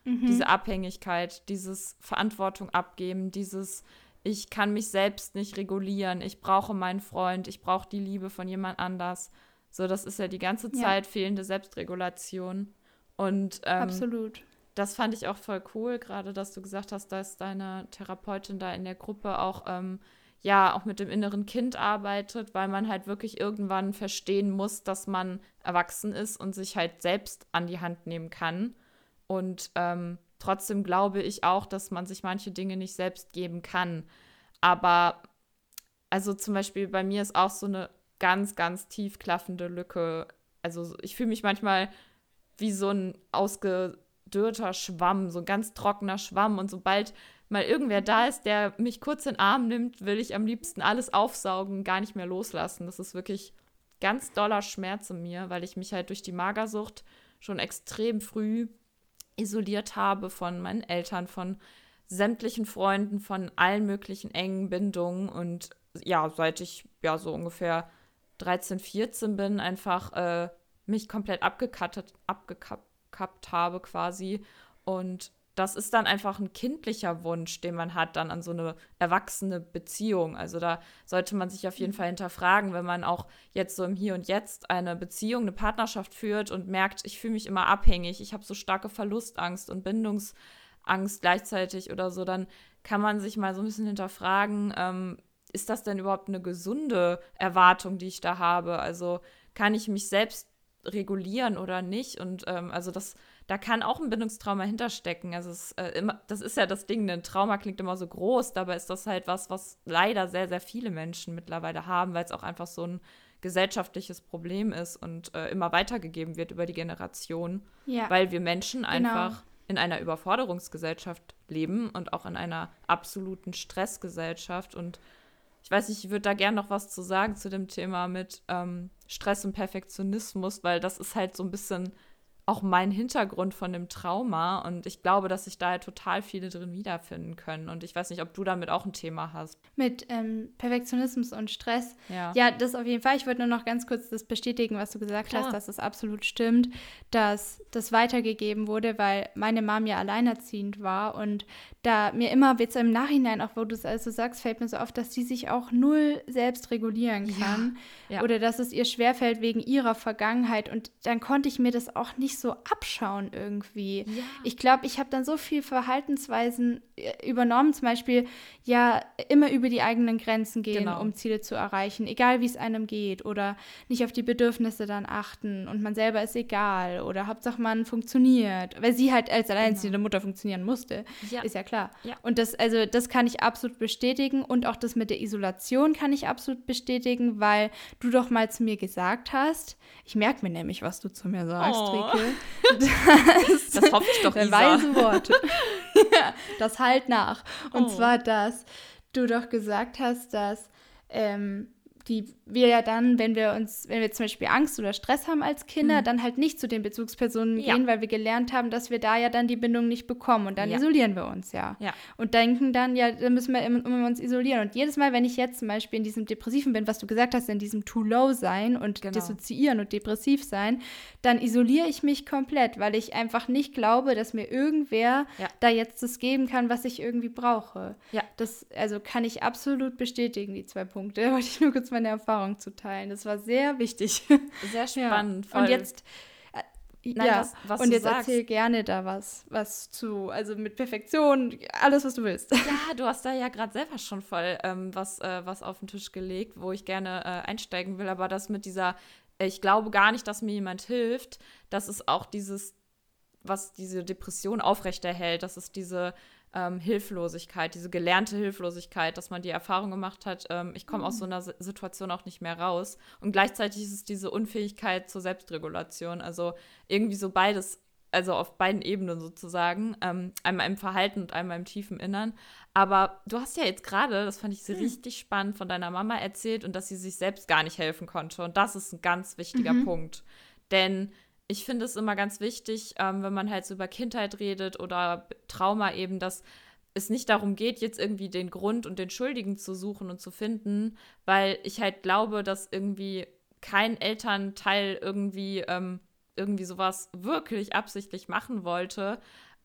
diese Abhängigkeit, dieses Verantwortung abgeben, dieses ich kann mich selbst nicht regulieren, ich brauche meinen Freund, ich brauche die Liebe von jemand anders. So, das ist ja die ganze Zeit fehlende Selbstregulation. Und absolut. das fand ich auch voll cool, gerade dass du gesagt hast, dass deine Therapeutin da in der Gruppe auch, auch mit dem inneren Kind arbeitet, weil man halt wirklich irgendwann verstehen muss, dass man erwachsen ist und sich halt selbst an die Hand nehmen kann. Und trotzdem glaube ich auch, dass man sich manche Dinge nicht selbst geben kann. Aber also zum Beispiel bei mir ist auch so eine ganz, ganz tief klaffende Lücke. Also ich fühle mich manchmal wie so ein ausgedörrter Schwamm, so ein ganz trockener Schwamm. Und sobald mal irgendwer da ist, der mich kurz in den Arm nimmt, will ich am liebsten alles aufsaugen, gar nicht mehr loslassen. Das ist wirklich ganz doller Schmerz in mir, weil ich mich halt durch die Magersucht schon extrem früh isoliert habe von meinen Eltern, von sämtlichen Freunden, von allen möglichen engen Bindungen. Und ja, seit ich so ungefähr 13, 14 bin, einfach mich komplett abgekappt habe quasi. Und das ist dann einfach ein kindlicher Wunsch, den man hat dann an so eine erwachsene Beziehung. Also da sollte man sich auf jeden Fall hinterfragen, wenn man auch jetzt so im Hier und Jetzt eine Beziehung, eine Partnerschaft führt und merkt, ich fühle mich immer abhängig, ich habe so starke Verlustangst und Bindungsangst gleichzeitig oder so, dann kann man sich mal so ein bisschen hinterfragen, ist das denn überhaupt eine gesunde Erwartung, die ich da habe? Also kann ich mich selbst regulieren oder nicht? Und da kann auch ein Bindungstrauma hinterstecken. Also das ist ja das Ding, ein Trauma klingt immer so groß, dabei ist das halt was leider sehr, sehr viele Menschen mittlerweile haben, weil es auch einfach so ein gesellschaftliches Problem ist und immer weitergegeben wird über die Generation, weil wir Menschen einfach in einer Überforderungsgesellschaft leben und auch in einer absoluten Stressgesellschaft. Und ich weiß nicht, ich würde da gerne noch was zu sagen zu dem Thema mit Stress und Perfektionismus, weil das ist halt so ein bisschen auch mein Hintergrund von dem Trauma. Und ich glaube, dass sich da halt total viele drin wiederfinden können. Und ich weiß nicht, ob du damit auch ein Thema hast. Mit Perfektionismus und Stress. Ja, das auf jeden Fall. Ich wollte nur noch ganz kurz das bestätigen, was du gesagt hast, dass es absolut stimmt, dass das weitergegeben wurde, weil meine Mom ja alleinerziehend war. Und da mir immer jetzt im Nachhinein, auch wo du es also sagst, fällt mir so auf, dass sie sich auch null selbst regulieren kann. Ja. Oder dass es ihr schwerfällt wegen ihrer Vergangenheit. Und dann konnte ich mir das auch nicht so abschauen irgendwie. Ja. Ich glaube, ich habe dann so viel Verhaltensweisen übernommen, zum Beispiel immer über die eigenen Grenzen gehen, um Ziele zu erreichen, egal wie es einem geht, oder nicht auf die Bedürfnisse dann achten und man selber ist egal oder Hauptsache man funktioniert, weil sie halt als alleinerziehende Mutter funktionieren musste, ist ja klar. Ja. Und das kann ich absolut bestätigen und auch das mit der Isolation kann ich absolut bestätigen, weil du doch mal zu mir gesagt hast, ich merke mir nämlich, was du zu mir sagst, Rike. Das hoffe ich doch, Isa. Weise Worte. Das halt nach. Und zwar, dass du doch gesagt hast, dass wir ja dann, wenn wir zum Beispiel Angst oder Stress haben als Kinder, dann halt nicht zu den Bezugspersonen gehen, weil wir gelernt haben, dass wir da ja dann die Bindung nicht bekommen und dann isolieren wir uns und denken dann, dann müssen wir immer uns isolieren. Und jedes Mal, wenn ich jetzt zum Beispiel in diesem Depressiven bin, was du gesagt hast, in diesem Too Low sein und dissoziieren und depressiv sein, dann isoliere ich mich komplett, weil ich einfach nicht glaube, dass mir irgendwer da jetzt das geben kann, was ich irgendwie brauche. Ja. Das kann ich absolut bestätigen, die 2 Punkte. Da wollte ich nur kurz meine Erfahrung zu teilen. Das war sehr wichtig. Sehr spannend. Ja. Und jetzt was und jetzt erzähl gerne da was zu, also mit Perfektion, alles, was du willst. Ja, du hast da ja gerade selber schon voll was auf den Tisch gelegt, wo ich gerne einsteigen will, aber das mit dieser, ich glaube gar nicht, dass mir jemand hilft, das ist auch was diese Depression aufrechterhält, das ist diese Hilflosigkeit, diese gelernte Hilflosigkeit, dass man die Erfahrung gemacht hat, ich komme aus so einer Situation auch nicht mehr raus. Und gleichzeitig ist es diese Unfähigkeit zur Selbstregulation. Also irgendwie so beides, also auf beiden Ebenen sozusagen, einmal im Verhalten und einmal im tiefen Innern. Aber du hast ja jetzt gerade, das fand ich so richtig spannend, von deiner Mama erzählt und dass sie sich selbst gar nicht helfen konnte. Und das ist ein ganz wichtiger Punkt. Denn ich finde es immer ganz wichtig, wenn man halt so über Kindheit redet oder Trauma eben, dass es nicht darum geht, jetzt irgendwie den Grund und den Schuldigen zu suchen und zu finden, weil ich halt glaube, dass irgendwie kein Elternteil irgendwie sowas wirklich absichtlich machen wollte.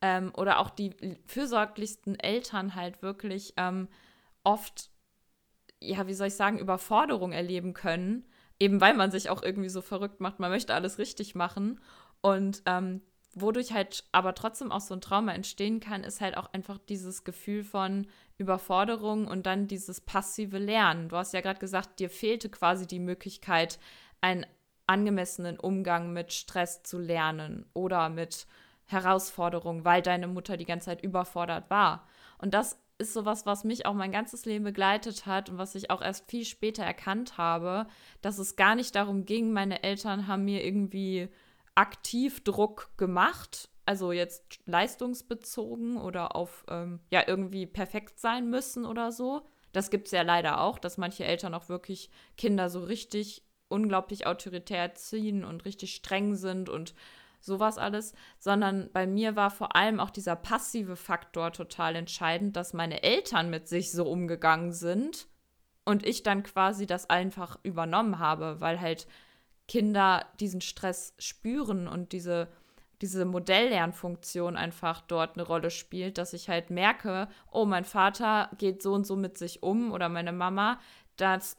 oder auch die fürsorglichsten Eltern halt wirklich oft, ja, wie soll ich sagen, Überforderung erleben können, eben weil man sich auch irgendwie so verrückt macht, man möchte alles richtig machen und wodurch halt aber trotzdem auch so ein Trauma entstehen kann, ist halt auch einfach dieses Gefühl von Überforderung und dann dieses passive Lernen. Du hast ja gerade gesagt, dir fehlte quasi die Möglichkeit, einen angemessenen Umgang mit Stress zu lernen oder mit Herausforderungen, weil deine Mutter die ganze Zeit überfordert war. Und das ist sowas, was mich auch mein ganzes Leben begleitet hat und was ich auch erst viel später erkannt habe, dass es gar nicht darum ging, meine Eltern haben mir irgendwie aktiv Druck gemacht, also jetzt leistungsbezogen oder auf ja irgendwie perfekt sein müssen oder so. Das gibt es ja leider auch, dass manche Eltern auch wirklich Kinder so richtig unglaublich autoritär erziehen und richtig streng sind und sowas alles, sondern bei mir war vor allem auch dieser passive Faktor total entscheidend, dass meine Eltern mit sich so umgegangen sind und ich dann quasi das einfach übernommen habe, weil halt Kinder diesen Stress spüren und diese Modelllernfunktion einfach dort eine Rolle spielt, dass ich halt merke, oh, mein Vater geht so und so mit sich um oder meine Mama, dass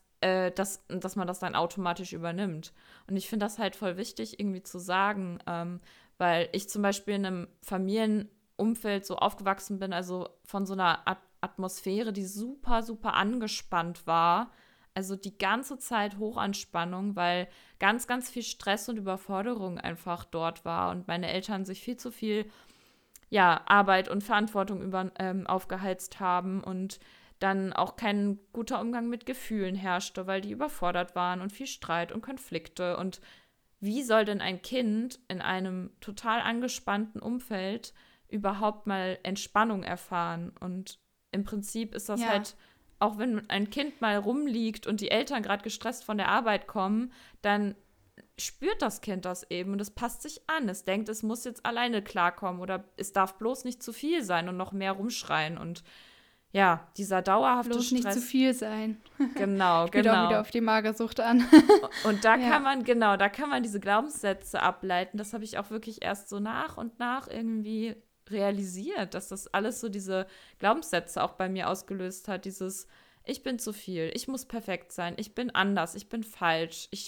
man das dann automatisch übernimmt. Und ich finde das halt voll wichtig, irgendwie zu sagen, weil ich zum Beispiel in einem Familienumfeld so aufgewachsen bin, also von so einer Atmosphäre, die super, super angespannt war. Also die ganze Zeit Hochanspannung, weil ganz, ganz viel Stress und Überforderung einfach dort war und meine Eltern sich viel zu viel ja, Arbeit und Verantwortung aufgeheizt haben und dann auch kein guter Umgang mit Gefühlen herrschte, weil die überfordert waren und viel Streit und Konflikte. Und wie soll denn ein Kind in einem total angespannten Umfeld überhaupt mal Entspannung erfahren? Und im Prinzip ist das halt, auch wenn ein Kind mal rumliegt und die Eltern gerade gestresst von der Arbeit kommen, dann spürt das Kind das eben und es passt sich an. Es denkt, es muss jetzt alleine klarkommen oder es darf bloß nicht zu viel sein und noch mehr rumschreien. Und ja, dieser dauerhafte bloß Stress. Nicht zu viel sein. Genau, Spielt auch wieder auf die Magersucht an. Und da kann man diese Glaubenssätze ableiten. Das habe ich auch wirklich erst so nach und nach irgendwie realisiert, dass das alles so diese Glaubenssätze auch bei mir ausgelöst hat. Dieses, ich bin zu viel, ich muss perfekt sein, ich bin anders, ich bin falsch, ich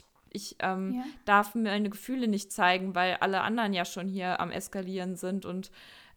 darf mir meine Gefühle nicht zeigen, weil alle anderen ja schon hier am Eskalieren sind und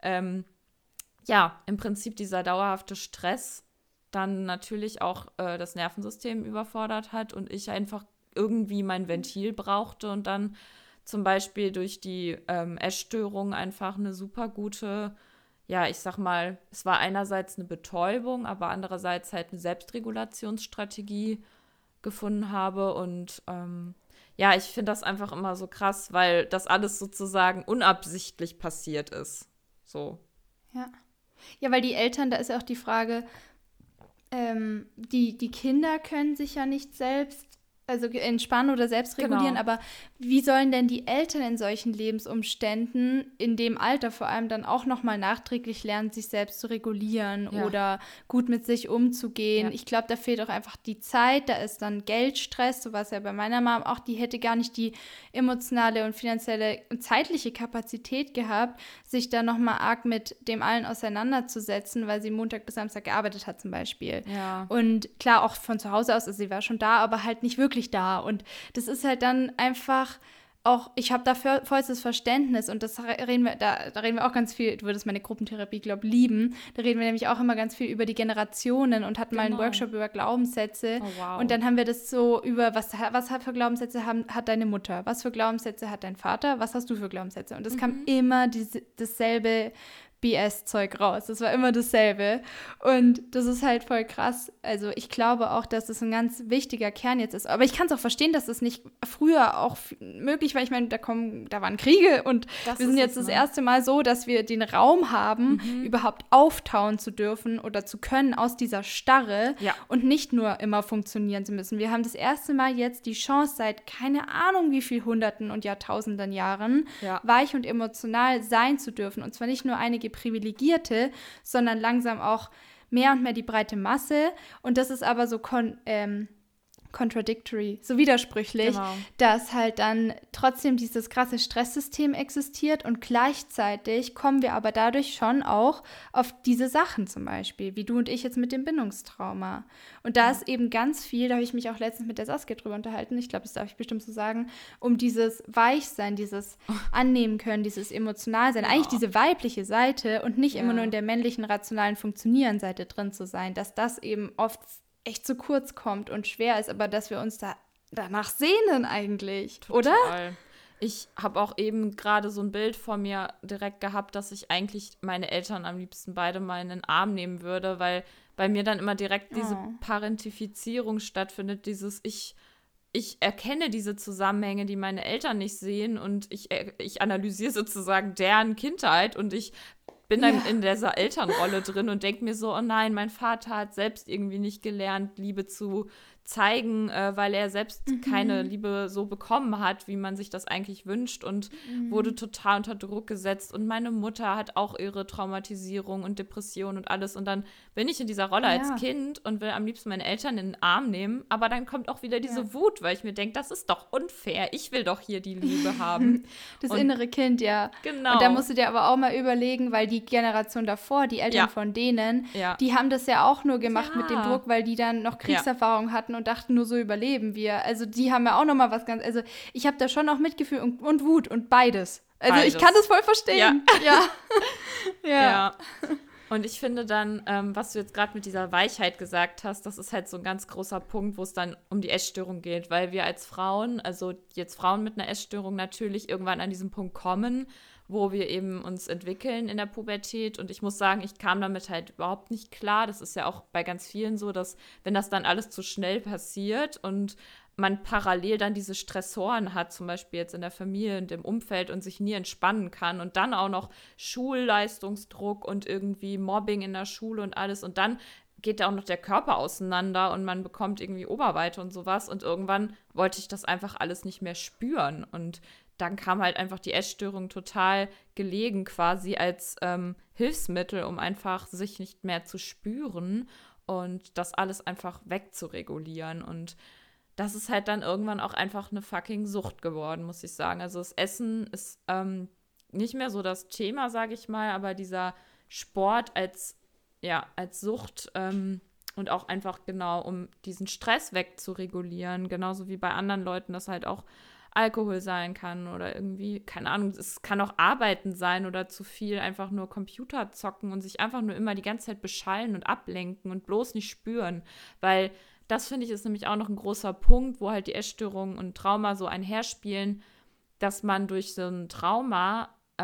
ja, im Prinzip dieser dauerhafte Stress dann natürlich auch das Nervensystem überfordert hat und ich einfach irgendwie mein Ventil brauchte und dann zum Beispiel durch die Essstörung einfach eine super gute, ja, ich sag mal, es war einerseits eine Betäubung, aber andererseits halt eine Selbstregulationsstrategie gefunden habe und ja, ich finde das einfach immer so krass, weil das alles sozusagen unabsichtlich passiert ist. So. Ja. Ja, weil die Eltern, da ist ja auch die Frage, die Kinder können sich ja nicht selbst, also entspannen oder selbst regulieren, Genau. aber wie sollen denn die Eltern in solchen Lebensumständen, in dem Alter vor allem, dann auch nochmal nachträglich lernen, sich selbst zu regulieren oder gut mit sich umzugehen? Ja. Ich glaube, da fehlt auch einfach die Zeit, da ist dann Geldstress, so war es ja bei meiner Mom auch, die hätte gar nicht die emotionale und finanzielle und zeitliche Kapazität gehabt, sich da nochmal arg mit dem allen auseinanderzusetzen, weil sie Montag bis Samstag gearbeitet hat zum Beispiel. Ja. Und klar, auch von zu Hause aus, also sie war schon da, aber halt nicht wirklich da. Und das ist halt dann einfach auch, ich habe dafür vollstes Verständnis und da reden wir auch ganz viel, du würdest meine Gruppentherapie, glaube ich, lieben, da reden wir nämlich auch immer ganz viel über die Generationen und hatten mal einen Workshop über Glaubenssätze und dann haben wir das so über, was für Glaubenssätze hat deine Mutter, was für Glaubenssätze hat dein Vater, was hast du für Glaubenssätze und es kam immer dasselbe BS-Zeug raus. Das war immer dasselbe. Und das ist halt voll krass. Also ich glaube auch, dass das ein ganz wichtiger Kern jetzt ist. Aber ich kann es auch verstehen, dass das nicht früher auch möglich war. Ich meine, da waren Kriege und wir sind jetzt das erste Mal so, dass wir den Raum haben, überhaupt auftauen zu dürfen oder zu können aus dieser Starre und nicht nur immer funktionieren zu müssen. Wir haben das erste Mal jetzt die Chance seit keine Ahnung wie viel Hunderten und Jahrtausenden Jahren weich und emotional sein zu dürfen. Und zwar nicht nur einige Privilegierte, sondern langsam auch mehr und mehr die breite Masse. Und das ist aber so contradictory, so widersprüchlich, Genau. dass halt dann trotzdem dieses krasse Stresssystem existiert und gleichzeitig kommen wir aber dadurch schon auch auf diese Sachen zum Beispiel, wie du und ich jetzt mit dem Bindungstrauma. Und da ist eben ganz viel, da habe ich mich auch letztens mit der Saskia drüber unterhalten, ich glaube, das darf ich bestimmt so sagen, um dieses Weichsein, dieses Annehmen können, dieses Emotionalsein, eigentlich diese weibliche Seite und nicht immer nur in der männlichen, rationalen Funktionieren-Seite drin zu sein, dass das eben oft echt zu kurz kommt und schwer ist, aber dass wir uns danach sehnen eigentlich, Total. oder? Ich habe auch eben gerade so ein Bild vor mir direkt gehabt, dass ich eigentlich meine Eltern am liebsten beide mal in den Arm nehmen würde, weil bei mir dann immer direkt diese Parentifizierung stattfindet, dieses ich erkenne diese Zusammenhänge, die meine Eltern nicht sehen und ich analysiere sozusagen deren Kindheit und ich bin dann in dieser Elternrolle drin und denke mir so, oh nein, mein Vater hat selbst irgendwie nicht gelernt, Liebe zu zeigen, weil er selbst keine Liebe so bekommen hat, wie man sich das eigentlich wünscht und wurde total unter Druck gesetzt. Und meine Mutter hat auch ihre Traumatisierung und Depression und alles. Und dann bin ich in dieser Rolle als Kind und will am liebsten meine Eltern in den Arm nehmen. Aber dann kommt auch wieder diese Wut, weil ich mir denke, das ist doch unfair. Ich will doch hier die Liebe haben. Das innere Kind, ja. Genau. Und da musst du dir aber auch mal überlegen, weil die Generation davor, die Eltern von denen, die haben das ja auch nur gemacht mit dem Druck, weil die dann noch Kriegserfahrung hatten und dachten, nur so überleben wir. Also die haben ja auch noch mal was ganz, also ich habe da schon auch Mitgefühl und Wut und beides. Also ich kann das voll verstehen. Ja. Und ich finde dann, was du jetzt gerade mit dieser Weichheit gesagt hast, das ist halt so ein ganz großer Punkt, wo es dann um die Essstörung geht, weil wir als Frauen, also jetzt Frauen mit einer Essstörung natürlich irgendwann an diesen Punkt kommen, wo wir eben uns entwickeln in der Pubertät. Und ich muss sagen, ich kam damit halt überhaupt nicht klar. Das ist ja auch bei ganz vielen so, dass wenn das dann alles zu schnell passiert und man parallel dann diese Stressoren hat, zum Beispiel jetzt in der Familie und im Umfeld und sich nie entspannen kann und dann auch noch Schulleistungsdruck und irgendwie Mobbing in der Schule und alles und dann geht da auch noch der Körper auseinander und man bekommt irgendwie Oberweite und sowas und irgendwann wollte ich das einfach alles nicht mehr spüren und dann kam halt einfach die Essstörung total gelegen quasi als Hilfsmittel, um einfach sich nicht mehr zu spüren und das alles einfach wegzuregulieren. Und das ist halt dann irgendwann auch einfach eine fucking Sucht geworden, muss ich sagen. Also das Essen ist nicht mehr so das Thema, sage ich mal, aber dieser Sport als Sucht und auch einfach genau, um diesen Stress wegzuregulieren, genauso wie bei anderen Leuten das halt auch Alkohol sein kann oder irgendwie, keine Ahnung, es kann auch Arbeiten sein oder zu viel einfach nur Computer zocken und sich einfach nur immer die ganze Zeit beschallen und ablenken und bloß nicht spüren, weil das, finde ich, ist nämlich auch noch ein großer Punkt, wo halt die Essstörungen und Trauma so einherspielen, dass man durch so ein Trauma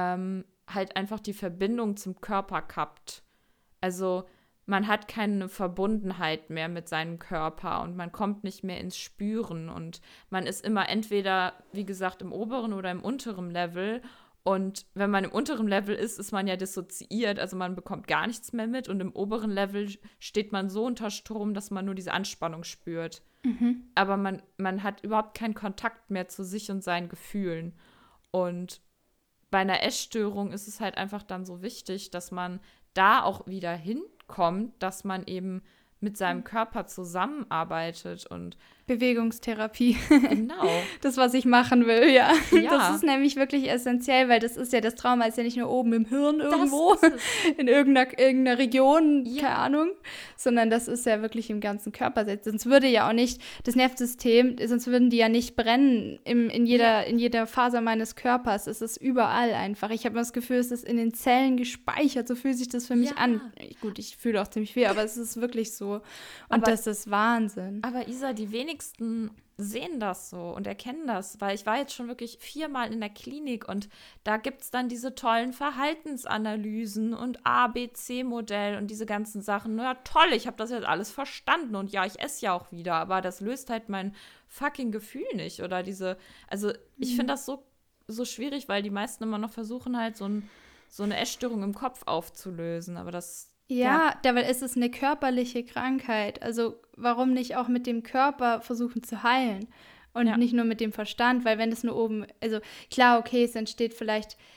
halt einfach die Verbindung zum Körper kappt. Also man hat keine Verbundenheit mehr mit seinem Körper und man kommt nicht mehr ins Spüren und man ist immer entweder, wie gesagt, im oberen oder im unteren Level und wenn man im unteren Level ist, ist man ja dissoziiert, also man bekommt gar nichts mehr mit und im oberen Level steht man so unter Strom, dass man nur diese Anspannung spürt. Aber man hat überhaupt keinen Kontakt mehr zu sich und seinen Gefühlen und bei einer Essstörung ist es halt einfach dann so wichtig, dass man da auch wieder hinkommt, dass man eben mit seinem Körper zusammenarbeitet und Bewegungstherapie. genau. Das, was ich machen will, ja. Das ist nämlich wirklich essentiell, weil das Trauma ist ja nicht nur oben im Hirn irgendwo, in irgendeiner Region, keine Ahnung, sondern das ist ja wirklich im ganzen Körper. Sonst würde ja auch nicht das Nervensystem, sonst würden die ja nicht brennen in jeder Faser meines Körpers. Es ist überall einfach. Ich habe das Gefühl, es ist in den Zellen gespeichert. So fühlt sich das für mich an. Gut, ich fühle auch ziemlich viel, aber es ist wirklich so. Und das ist Wahnsinn. Aber Isa, die wenigsten sehen das so und erkennen das, weil ich war jetzt schon wirklich 4-mal in der Klinik und da gibt es dann diese tollen Verhaltensanalysen und ABC-Modell und diese ganzen Sachen. Na toll, ich habe das jetzt alles verstanden und ja, ich esse ja auch wieder, aber das löst halt mein fucking Gefühl nicht oder also ich finde das so schwierig, weil die meisten immer noch versuchen halt so eine Essstörung im Kopf aufzulösen, aber das weil es ist eine körperliche Krankheit. Also warum nicht auch mit dem Körper versuchen zu heilen und nicht nur mit dem Verstand? Weil wenn es nur oben, also klar, okay, es entsteht vielleicht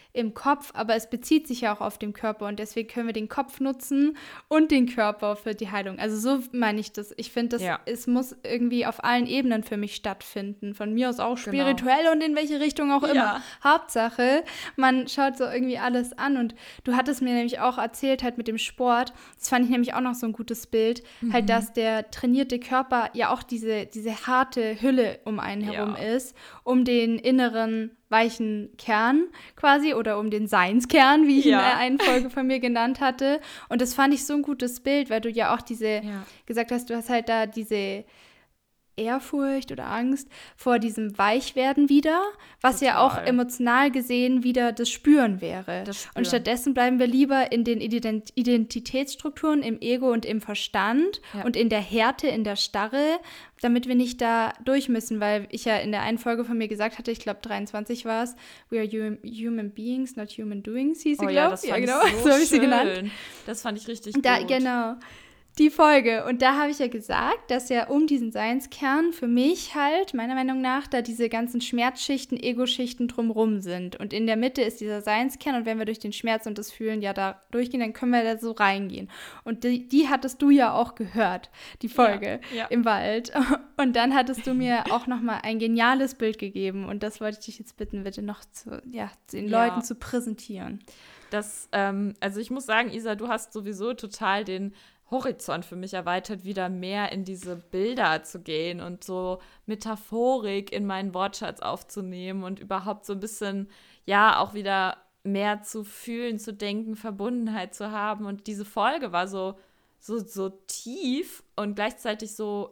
im Kopf, aber es bezieht sich ja auch auf den Körper und deswegen können wir den Kopf nutzen und den Körper für die Heilung. Also so meine ich das. Ich finde, es muss irgendwie auf allen Ebenen für mich stattfinden. Von mir aus auch spirituell und in welche Richtung auch immer. Hauptsache, man schaut so irgendwie alles an und du hattest mir nämlich auch erzählt, halt mit dem Sport, das fand ich nämlich auch noch so ein gutes Bild, halt, dass der trainierte Körper ja auch diese harte Hülle um einen herum ist, um den inneren weichen Kern quasi oder um den Seinskern, wie ich in der einen Folge von mir genannt hatte. Und das fand ich so ein gutes Bild, weil du ja auch gesagt hast, du hast halt da diese Ehrfurcht oder Angst vor diesem Weichwerden wieder, was ja auch emotional gesehen wieder das Spüren wäre. Und stattdessen bleiben wir lieber in den Identitätsstrukturen, im Ego und im Verstand und in der Härte, in der Starre, damit wir nicht da durch müssen, weil ich ja in der einen Folge von mir gesagt hatte, ich glaube 23 war es, we are human beings, not human doings, hieß sie, glaube ich. Ja, genau, so habe ich sie genannt. Das fand ich richtig gut. Genau. Die Folge. Und da habe ich ja gesagt, dass ja um diesen Seinskern für mich halt, meiner Meinung nach, da diese ganzen Schmerzschichten, Ego-Schichten drumrum sind. Und in der Mitte ist dieser Seinskern und wenn wir durch den Schmerz und das Fühlen ja da durchgehen, dann können wir da so reingehen. Und die hattest du ja auch gehört, die Folge im Wald. Und dann hattest du mir auch nochmal ein geniales Bild gegeben und das wollte ich dich jetzt bitten, bitte noch den Leuten zu präsentieren. Also ich muss sagen, Isa, du hast sowieso total den Horizont für mich erweitert, wieder mehr in diese Bilder zu gehen und so Metaphorik in meinen Wortschatz aufzunehmen und überhaupt so ein bisschen, auch wieder mehr zu fühlen, zu denken, Verbundenheit zu haben. Und diese Folge war so tief und gleichzeitig so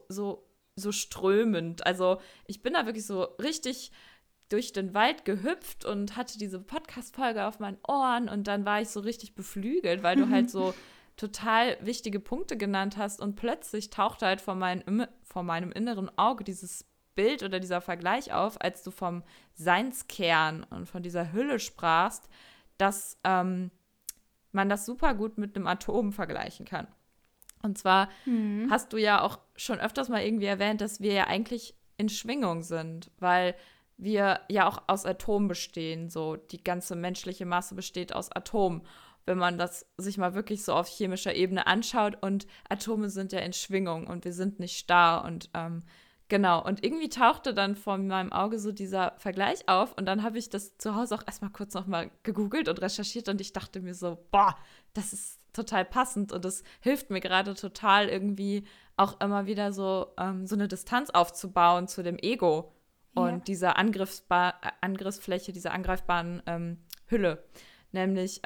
strömend. Also ich bin da wirklich so richtig durch den Wald gehüpft und hatte diese Podcast-Folge auf meinen Ohren und dann war ich so richtig beflügelt, weil du halt so total wichtige Punkte genannt hast und plötzlich tauchte halt vor meinem inneren Auge dieses Bild oder dieser Vergleich auf, als du vom Seinskern und von dieser Hülle sprachst, dass man das super gut mit einem Atom vergleichen kann. Und zwar hast du ja auch schon öfters mal irgendwie erwähnt, dass wir ja eigentlich in Schwingung sind, weil wir ja auch aus Atomen bestehen, so die ganze menschliche Masse besteht aus Atomen. Wenn man das sich mal wirklich so auf chemischer Ebene anschaut und Atome sind ja in Schwingung und wir sind nicht starr und genau. Und irgendwie tauchte dann vor meinem Auge so dieser Vergleich auf und dann habe ich das zu Hause auch erstmal kurz nochmal gegoogelt und recherchiert und ich dachte mir so, das ist total passend und das hilft mir gerade total irgendwie auch immer wieder so eine Distanz aufzubauen zu dem Ego und dieser Angriffsfläche, dieser angreifbaren Hülle. Nämlich,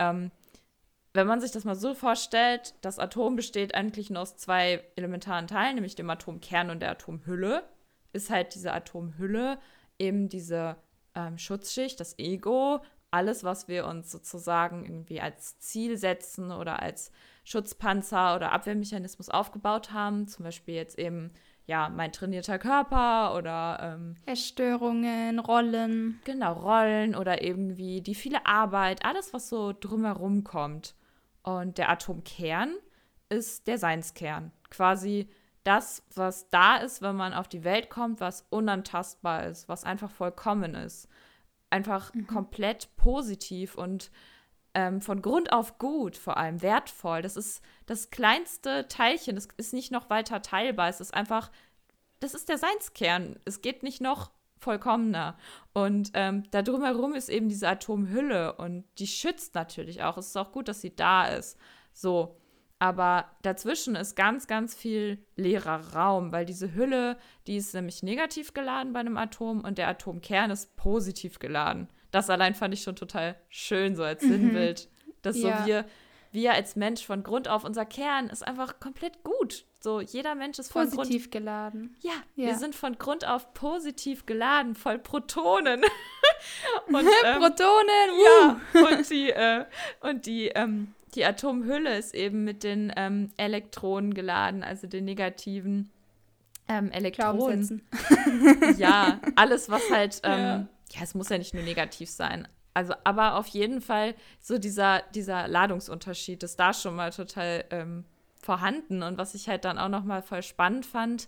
wenn man sich das mal so vorstellt, das Atom besteht eigentlich nur aus zwei elementaren Teilen, nämlich dem Atomkern und der Atomhülle, ist halt diese Atomhülle eben diese Schutzschicht, das Ego, alles, was wir uns sozusagen irgendwie als Ziel setzen oder als Schutzpanzer oder Abwehrmechanismus aufgebaut haben, zum Beispiel jetzt eben mein trainierter Körper oder Essstörungen, Rollen. Genau, Rollen oder irgendwie die viele Arbeit, alles, was so drumherum kommt. Und der Atomkern ist der Seinskern. Quasi das, was da ist, wenn man auf die Welt kommt, was unantastbar ist, was einfach vollkommen ist. Einfach komplett positiv und von Grund auf gut, vor allem wertvoll. Das ist das kleinste Teilchen, das ist nicht noch weiter teilbar. Es ist einfach, das ist der Seinskern. Es geht nicht noch vollkommener. Und da drumherum ist eben diese Atomhülle und die schützt natürlich auch. Es ist auch gut, dass sie da ist. So. Aber dazwischen ist ganz, ganz viel leerer Raum, weil diese Hülle, die ist nämlich negativ geladen bei einem Atom und der Atomkern ist positiv geladen. Das allein fand ich schon total schön, so als Sinnbild. Dass so wir als Mensch von Grund auf, unser Kern ist einfach komplett gut. So, jeder Mensch ist von positiv geladen. Ja, wir sind von Grund auf positiv geladen, voll Protonen. Und, Protonen! Ja, und die Atomhülle ist eben mit den Elektronen geladen, also den negativen Elektronen. Ja, alles, was halt, es muss ja nicht nur negativ sein. Also, aber auf jeden Fall so dieser Ladungsunterschied ist da schon mal total vorhanden. Und was ich halt dann auch noch mal voll spannend fand,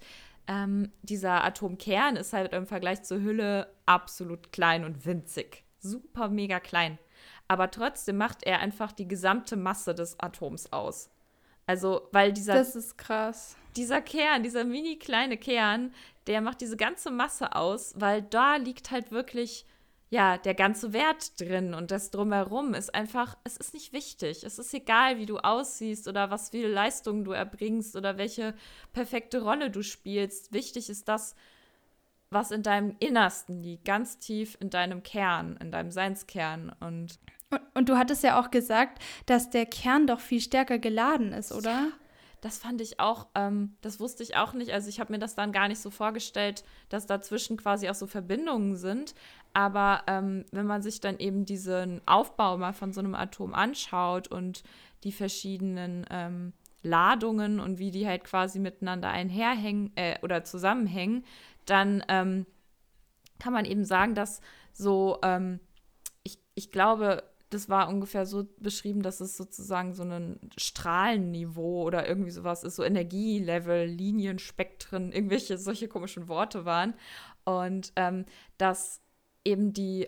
dieser Atomkern ist halt im Vergleich zur Hülle absolut klein und winzig. Super mega klein. aber trotzdem macht er einfach die gesamte Masse des Atoms aus. Also, weil Das ist krass. dieser Kern, dieser mini kleine Kern, der macht diese ganze Masse aus, weil da liegt halt wirklich, ja, der ganze Wert drin und das Drumherum ist einfach, es ist nicht wichtig. Es ist egal, wie du aussiehst oder was viele Leistungen du erbringst oder welche perfekte Rolle du spielst. Wichtig ist das, was in deinem Innersten liegt, ganz tief in deinem Kern, in deinem Seinskern. Und du hattest ja auch gesagt, dass der Kern doch viel stärker geladen ist, oder? Ja, das fand ich auch, das wusste ich auch nicht. Also ich habe mir das dann gar nicht so vorgestellt, dass dazwischen quasi auch so Verbindungen sind. Aber wenn man sich dann eben diesen Aufbau mal von so einem Atom anschaut und die verschiedenen Ladungen und wie die halt quasi miteinander einherhängen oder zusammenhängen, dann kann man eben sagen, dass so, ich glaube, das war ungefähr so beschrieben, dass es sozusagen so ein Strahlenniveau oder irgendwie sowas ist, so Energielevel, Linienspektren, irgendwelche solche komischen Worte waren. Und dass eben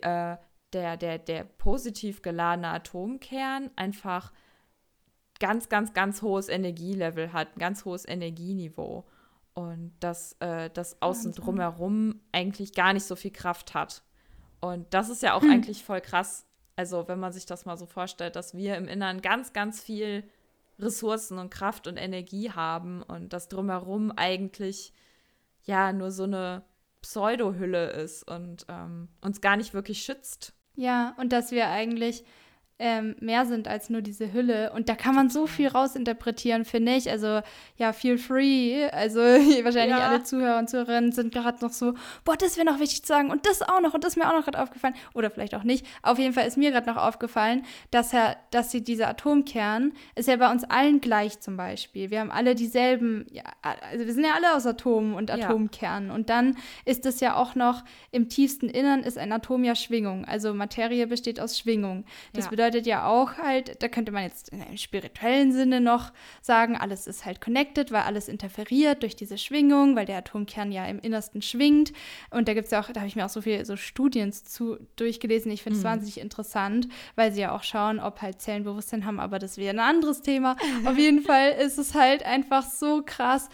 der positiv geladene Atomkern einfach ganz, ganz, ganz hohes Energielevel hat, ein ganz hohes Energieniveau. Und dass das Außen Wahnsinn. drumherum eigentlich gar nicht so viel Kraft hat. Und das ist ja auch eigentlich voll krass. Also wenn man sich das mal so vorstellt, dass wir im Inneren ganz, ganz viel Ressourcen und Kraft und Energie haben und das drumherum eigentlich ja nur so eine Pseudohülle ist und uns gar nicht wirklich schützt. Ja, und dass wir eigentlich mehr sind als nur diese Hülle. Und da kann man so viel rausinterpretieren, finde ich. Also, ja, feel free. Also, wahrscheinlich alle Zuhörer und Zuhörerinnen sind gerade noch so, boah, das wäre noch wichtig zu sagen und das auch noch und das ist mir auch noch gerade aufgefallen. Oder vielleicht auch nicht. Auf jeden Fall ist mir gerade noch aufgefallen, dass dieser Atomkern ist ja bei uns allen gleich zum Beispiel. Wir haben alle dieselben, ja, also wir sind ja alle aus Atomen und Atomkernen. Und dann ist es ja auch noch, im tiefsten Innern ist ein Atom ja Schwingung. Also Materie besteht aus Schwingung. Das bedeutet ja auch halt, da könnte man jetzt in einem spirituellen Sinne noch sagen, alles ist halt connected, weil alles interferiert durch diese Schwingung, weil der Atomkern ja im Innersten schwingt. Und da gibt es ja auch, da habe ich mir auch so viele so Studien durchgelesen. Ich finde es wahnsinnig interessant, weil sie ja auch schauen, ob halt Zellen Bewusstsein haben, aber das wäre ein anderes Thema. Auf jeden Fall ist es halt einfach so krass,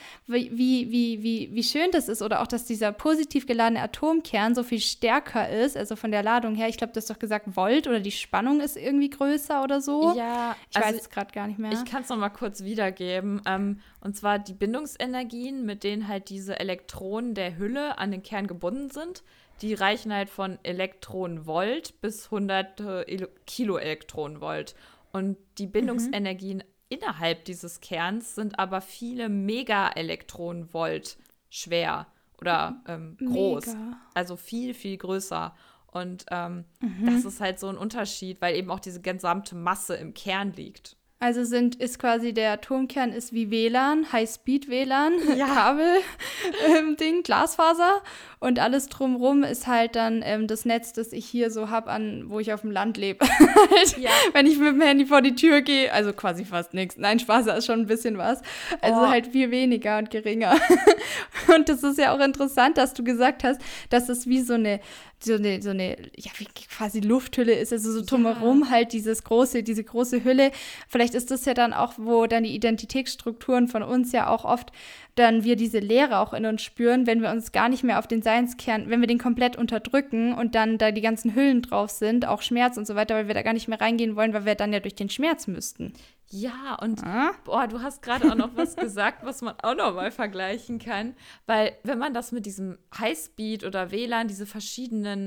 wie schön das ist oder auch, dass dieser positiv geladene Atomkern so viel stärker ist, also von der Ladung her. Ich glaube, du hast doch gesagt Volt oder die Spannung ist irgendwie größer oder so. Ja, ich weiß es gerade gar nicht mehr. Ich kann es noch mal kurz wiedergeben. Und zwar die Bindungsenergien, mit denen halt diese Elektronen der Hülle an den Kern gebunden sind, die reichen halt von Elektronenvolt bis 100 Kiloelektronenvolt. Und die Bindungsenergien innerhalb dieses Kerns sind aber viele Megaelektronenvolt schwer oder groß. Mega. Also viel, viel größer. Und das ist halt so ein Unterschied, weil eben auch diese gesamte Masse im Kern liegt. Also ist quasi der Atomkern ist wie WLAN, High-Speed-WLAN, Kabel, Ding, Glasfaser und alles drumrum ist halt dann das Netz, das ich hier so habe, wo ich auf dem Land lebe. Wenn ich mit dem Handy vor die Tür gehe, also quasi fast nichts. Nein, Spaß, da ist schon ein bisschen was. Also halt viel weniger und geringer. Und das ist ja auch interessant, dass du gesagt hast, dass es wie so eine ja, wie quasi Lufthülle ist, also so drumherum halt diese große Hülle. Vielleicht ist das ja dann auch, wo dann die Identitätsstrukturen von uns ja auch oft dann wir diese Leere auch in uns spüren, wenn wir uns gar nicht mehr auf den Seinskern, wenn wir den komplett unterdrücken und dann da die ganzen Hüllen drauf sind, auch Schmerz und so weiter, weil wir da gar nicht mehr reingehen wollen, weil wir dann ja durch den Schmerz müssten. Ja, und boah, du hast gerade auch noch was gesagt, was man auch noch mal vergleichen kann, weil wenn man das mit diesem Highspeed oder WLAN, diese verschiedenen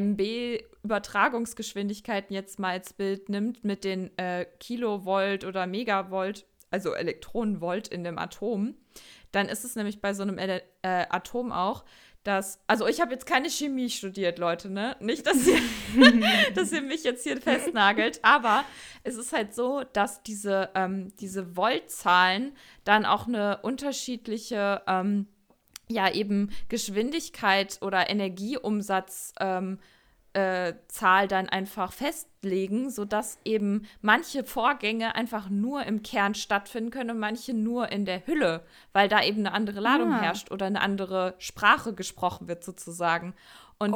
MB-Übertragungsgeschwindigkeiten jetzt mal als Bild nimmt, mit den Kilovolt oder Megavolt, also Elektronenvolt in dem Atom, dann ist es nämlich bei so einem Atom auch, also ich habe jetzt keine Chemie studiert, Leute, ne? Nicht, dass ihr mich jetzt hier festnagelt, aber es ist halt so, dass diese Voltzahlen dann auch eine unterschiedliche, eben Geschwindigkeit oder Energieumsatz Zahl dann einfach festlegen, sodass eben manche Vorgänge einfach nur im Kern stattfinden können und manche nur in der Hülle, weil da eben eine andere Ladung herrscht oder eine andere Sprache gesprochen wird sozusagen. Und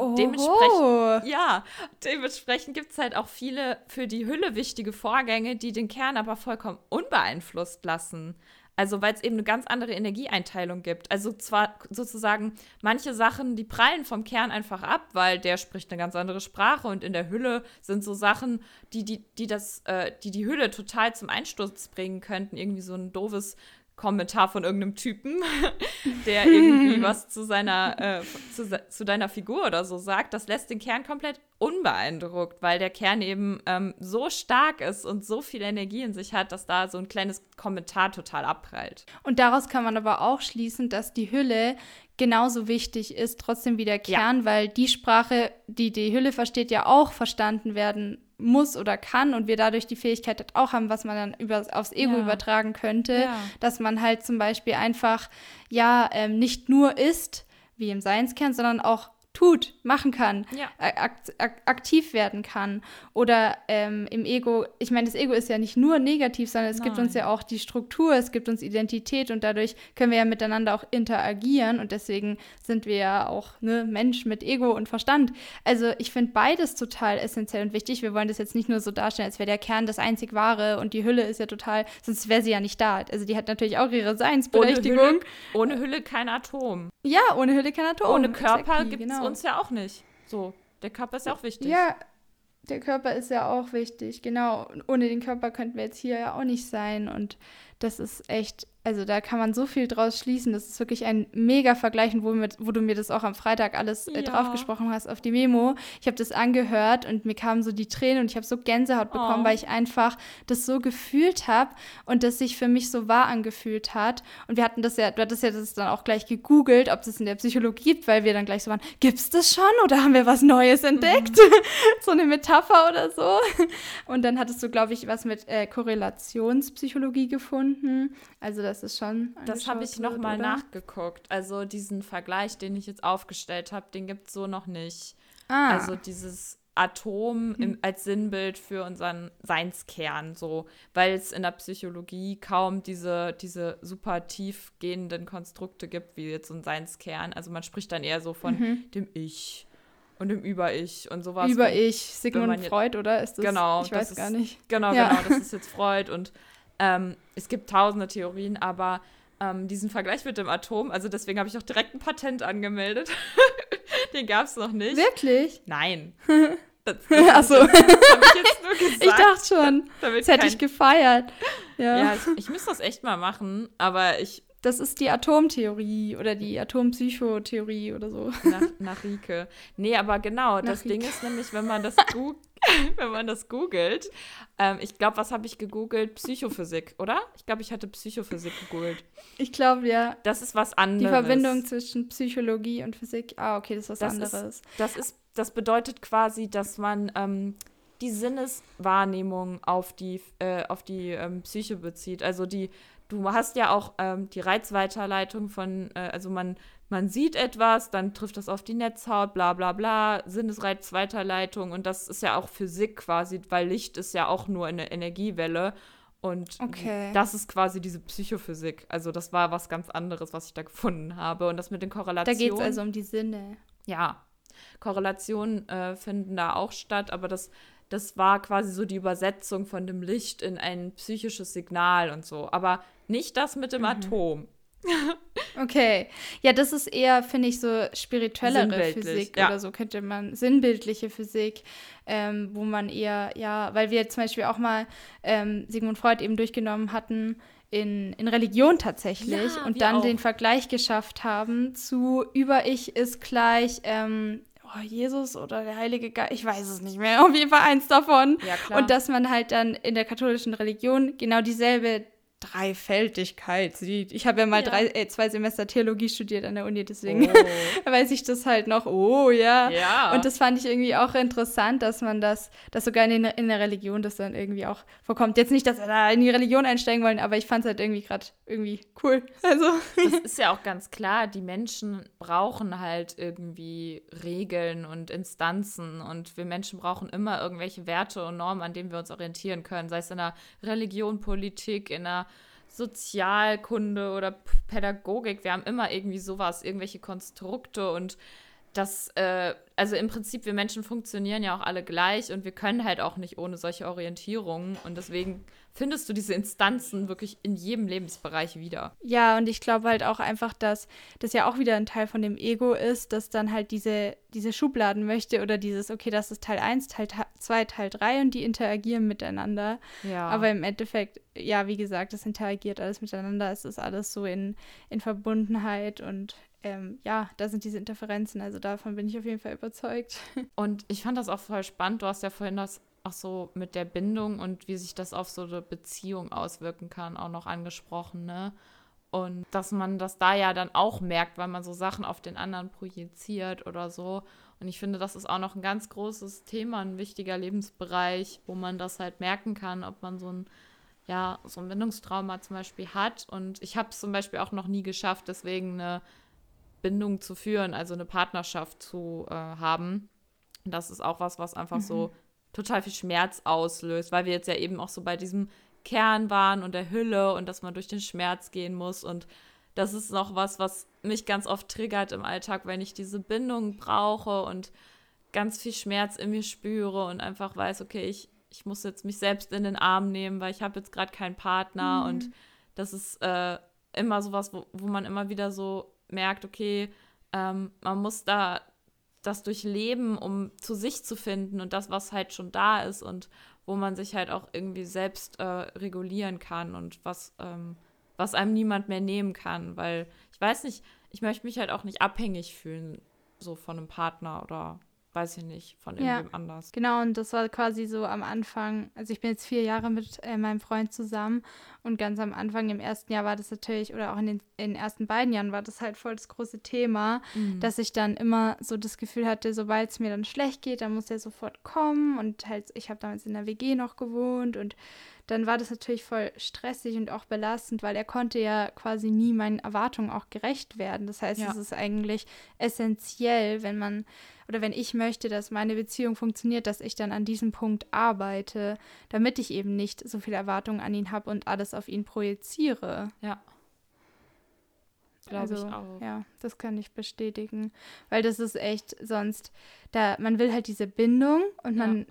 dementsprechend gibt es halt auch viele für die Hülle wichtige Vorgänge, die den Kern aber vollkommen unbeeinflusst lassen. Also weil es eben eine ganz andere Energieeinteilung gibt. Also zwar sozusagen manche Sachen, die prallen vom Kern einfach ab, weil der spricht eine ganz andere Sprache und in der Hülle sind so Sachen, die Hülle total zum Einsturz bringen könnten. Irgendwie so ein doofes Kommentar von irgendeinem Typen, der irgendwie was zu deiner Figur oder so sagt, das lässt den Kern komplett unbeeindruckt, weil der Kern eben so stark ist und so viel Energie in sich hat, dass da so ein kleines Kommentar total abprallt. Und daraus kann man aber auch schließen, dass die Hülle genauso wichtig ist, trotzdem wie der Kern, weil die Sprache, die die Hülle versteht, ja auch verstanden werden muss oder kann und wir dadurch die Fähigkeit auch haben, was man dann aufs Ego übertragen könnte, dass man halt zum Beispiel einfach nicht nur ist, wie im Seinskern, sondern auch tut, machen kann, aktiv werden kann. Oder im Ego, ich meine, das Ego ist ja nicht nur negativ, sondern es gibt uns ja auch die Struktur, es gibt uns Identität und dadurch können wir ja miteinander auch interagieren und deswegen sind wir ja auch Mensch mit Ego und Verstand. Also ich finde beides total essentiell und wichtig. Wir wollen das jetzt nicht nur so darstellen, als wäre der Kern das einzig Wahre und die Hülle ist ja total, sonst wäre sie ja nicht da. Also die hat natürlich auch ihre Seinsberechtigung. Ohne Hülle kein Atom. Ja, ohne Hülle kein Atom. Ohne Körper gibt es uns ja auch nicht. So, der Körper ist ja auch wichtig. Ja, der Körper ist ja auch wichtig, genau. Und ohne den Körper könnten wir jetzt hier ja auch nicht sein. Und das ist echt, also da kann man so viel draus schließen. Das ist wirklich ein mega Vergleich, wo du mir das auch am Freitag alles draufgesprochen hast auf die Memo. Ich habe das angehört und mir kamen so die Tränen und ich habe so Gänsehaut bekommen, weil ich einfach das so gefühlt habe und das sich für mich so wahr angefühlt hat. Und wir hatten das ja, du hattest ja das dann auch gleich gegoogelt, ob es das in der Psychologie gibt, weil wir dann gleich so waren, gibt's das schon oder haben wir was Neues entdeckt? So eine Metapher oder so. Und dann hattest du, glaube ich, was mit Korrelationspsychologie gefunden. Also das ist schon. Das habe ich nochmal nachgeguckt. Also diesen Vergleich, den ich jetzt aufgestellt habe, den gibt es so noch nicht. Also dieses Atom als Sinnbild für unseren Seinskern, so, weil es in der Psychologie kaum diese super tiefgehenden Konstrukte gibt, wie jetzt so ein Seinskern. Also man spricht dann eher so von dem Ich und dem Über-Ich und sowas. Über-Ich, Sigmund Freud, oder? Ist das? Genau. Ich weiß gar nicht. Genau, das ist jetzt Freud und es gibt tausende Theorien, aber diesen Vergleich mit dem Atom, also deswegen habe ich auch direkt ein Patent angemeldet. Den gab es noch nicht. Wirklich? Nein. Achso. Das habe ich jetzt nur gesagt. Ich dachte schon, das hätte ich gefeiert. Ja, ich müsste das echt mal machen, aber das ist die Atomtheorie oder die Atompsychotheorie oder so. Nach Rieke. Nee, aber genau, das Ding ist nämlich, wenn man das googelt, ich glaube, was habe ich gegoogelt? Psychophysik, oder? Ich glaube, ich hatte Psychophysik gegoogelt. Ich glaube, ja. Das ist was anderes. Die Verbindung zwischen Psychologie und Physik. Okay, das ist was anderes. Das bedeutet quasi, dass man die Sinneswahrnehmung auf die Psyche bezieht. Also du hast ja auch die Reizweiterleitung von, also man sieht etwas, dann trifft das auf die Netzhaut, bla bla bla, Sinnesreizweiterleitung und das ist ja auch Physik quasi, weil Licht ist ja auch nur eine Energiewelle und das ist quasi diese Psychophysik. Also das war was ganz anderes, was ich da gefunden habe und das mit den Korrelationen. Da geht es also um die Sinne. Ja, Korrelationen finden da auch statt, aber das war quasi so die Übersetzung von dem Licht in ein psychisches Signal und so. Aber nicht das mit dem Atom. Okay. Ja, das ist eher, finde ich, so spirituellere Physik oder so könnte man, sinnbildliche Physik, wo man eher, weil wir zum Beispiel auch mal Sigmund Freud eben durchgenommen hatten, in Religion tatsächlich und dann den Vergleich geschafft haben zu Über-Ich ist gleich Jesus oder der Heilige Geist, ich weiß es nicht mehr, auf jeden Fall eins davon. Ja, klar. Und dass man halt dann in der katholischen Religion genau dieselbe Dreifältigkeit sieht. Ich habe ja mal 2 Semester Theologie studiert an der Uni, deswegen weiß ich das halt noch. Ja. Und das fand ich irgendwie auch interessant, dass man dass sogar in der Religion das dann irgendwie auch vorkommt. Jetzt nicht, dass wir da in die Religion einsteigen wollen, aber ich fand es halt irgendwie gerade irgendwie cool. Also. Das ist ja auch ganz klar, die Menschen brauchen halt irgendwie Regeln und Instanzen und wir Menschen brauchen immer irgendwelche Werte und Normen, an denen wir uns orientieren können, sei es in der Religion, Politik, in der Sozialkunde oder Pädagogik. Wir haben immer irgendwie sowas, irgendwelche Konstrukte und also im Prinzip, wir Menschen funktionieren ja auch alle gleich und wir können halt auch nicht ohne solche Orientierungen. Und deswegen findest du diese Instanzen wirklich in jedem Lebensbereich wieder. Ja, und ich glaube halt auch einfach, dass das ja auch wieder ein Teil von dem Ego ist, dass dann halt diese Schubladen möchte oder dieses, okay, das ist Teil 1, Teil 2, Teil 3 und die interagieren miteinander. Ja. Aber im Endeffekt, ja, wie gesagt, das interagiert alles miteinander. Es ist alles so in Verbundenheit und ja, da sind diese Interferenzen. Also davon bin ich auf jeden Fall überzeugt. Und ich fand das auch voll spannend. Du hast ja vorhin das auch so mit der Bindung und wie sich das auf so eine Beziehung auswirken kann, auch noch angesprochen, ne? Und dass man das da ja dann auch merkt, weil man so Sachen auf den anderen projiziert oder so. Und ich finde, das ist auch noch ein ganz großes Thema, ein wichtiger Lebensbereich, wo man das halt merken kann, ob man so ein Bindungstrauma zum Beispiel hat. Und ich habe es zum Beispiel auch noch nie geschafft, deswegen eine Bindung zu führen, also eine Partnerschaft zu haben. Das ist auch was einfach so total viel Schmerz auslöst, weil wir jetzt ja eben auch so bei diesem Kern waren und der Hülle und dass man durch den Schmerz gehen muss. Und das ist noch was mich ganz oft triggert im Alltag, wenn ich diese Bindung brauche und ganz viel Schmerz in mir spüre und einfach weiß, okay, ich muss jetzt mich selbst in den Arm nehmen, weil ich habe jetzt gerade keinen Partner. Und das ist immer sowas, wo man immer wieder so merkt, okay, man muss da das durchleben, um zu sich zu finden und das, was halt schon da ist und wo man sich halt auch irgendwie selbst regulieren kann und was einem niemand mehr nehmen kann, weil ich weiß nicht, ich möchte mich halt auch nicht abhängig fühlen, so von einem Partner oder weiß ich nicht, von irgendwem anders. Genau, und das war quasi so am Anfang, also ich bin jetzt 4 Jahre mit meinem Freund zusammen und ganz am Anfang im ersten Jahr war das natürlich, oder auch in den ersten beiden Jahren war das halt voll das große Thema, dass ich dann immer so das Gefühl hatte, sobald es mir dann schlecht geht, dann muss er sofort kommen und halt, ich habe damals in der WG noch gewohnt und dann war das natürlich voll stressig und auch belastend, weil er konnte ja quasi nie meinen Erwartungen auch gerecht werden. Das heißt, es ist eigentlich essentiell, wenn ich möchte, dass meine Beziehung funktioniert, dass ich dann an diesem Punkt arbeite, damit ich eben nicht so viele Erwartungen an ihn habe und alles auf ihn projiziere. Ja. Glaube ich auch. Ja, das kann ich bestätigen, weil das ist echt sonst, man will halt diese Bindung und man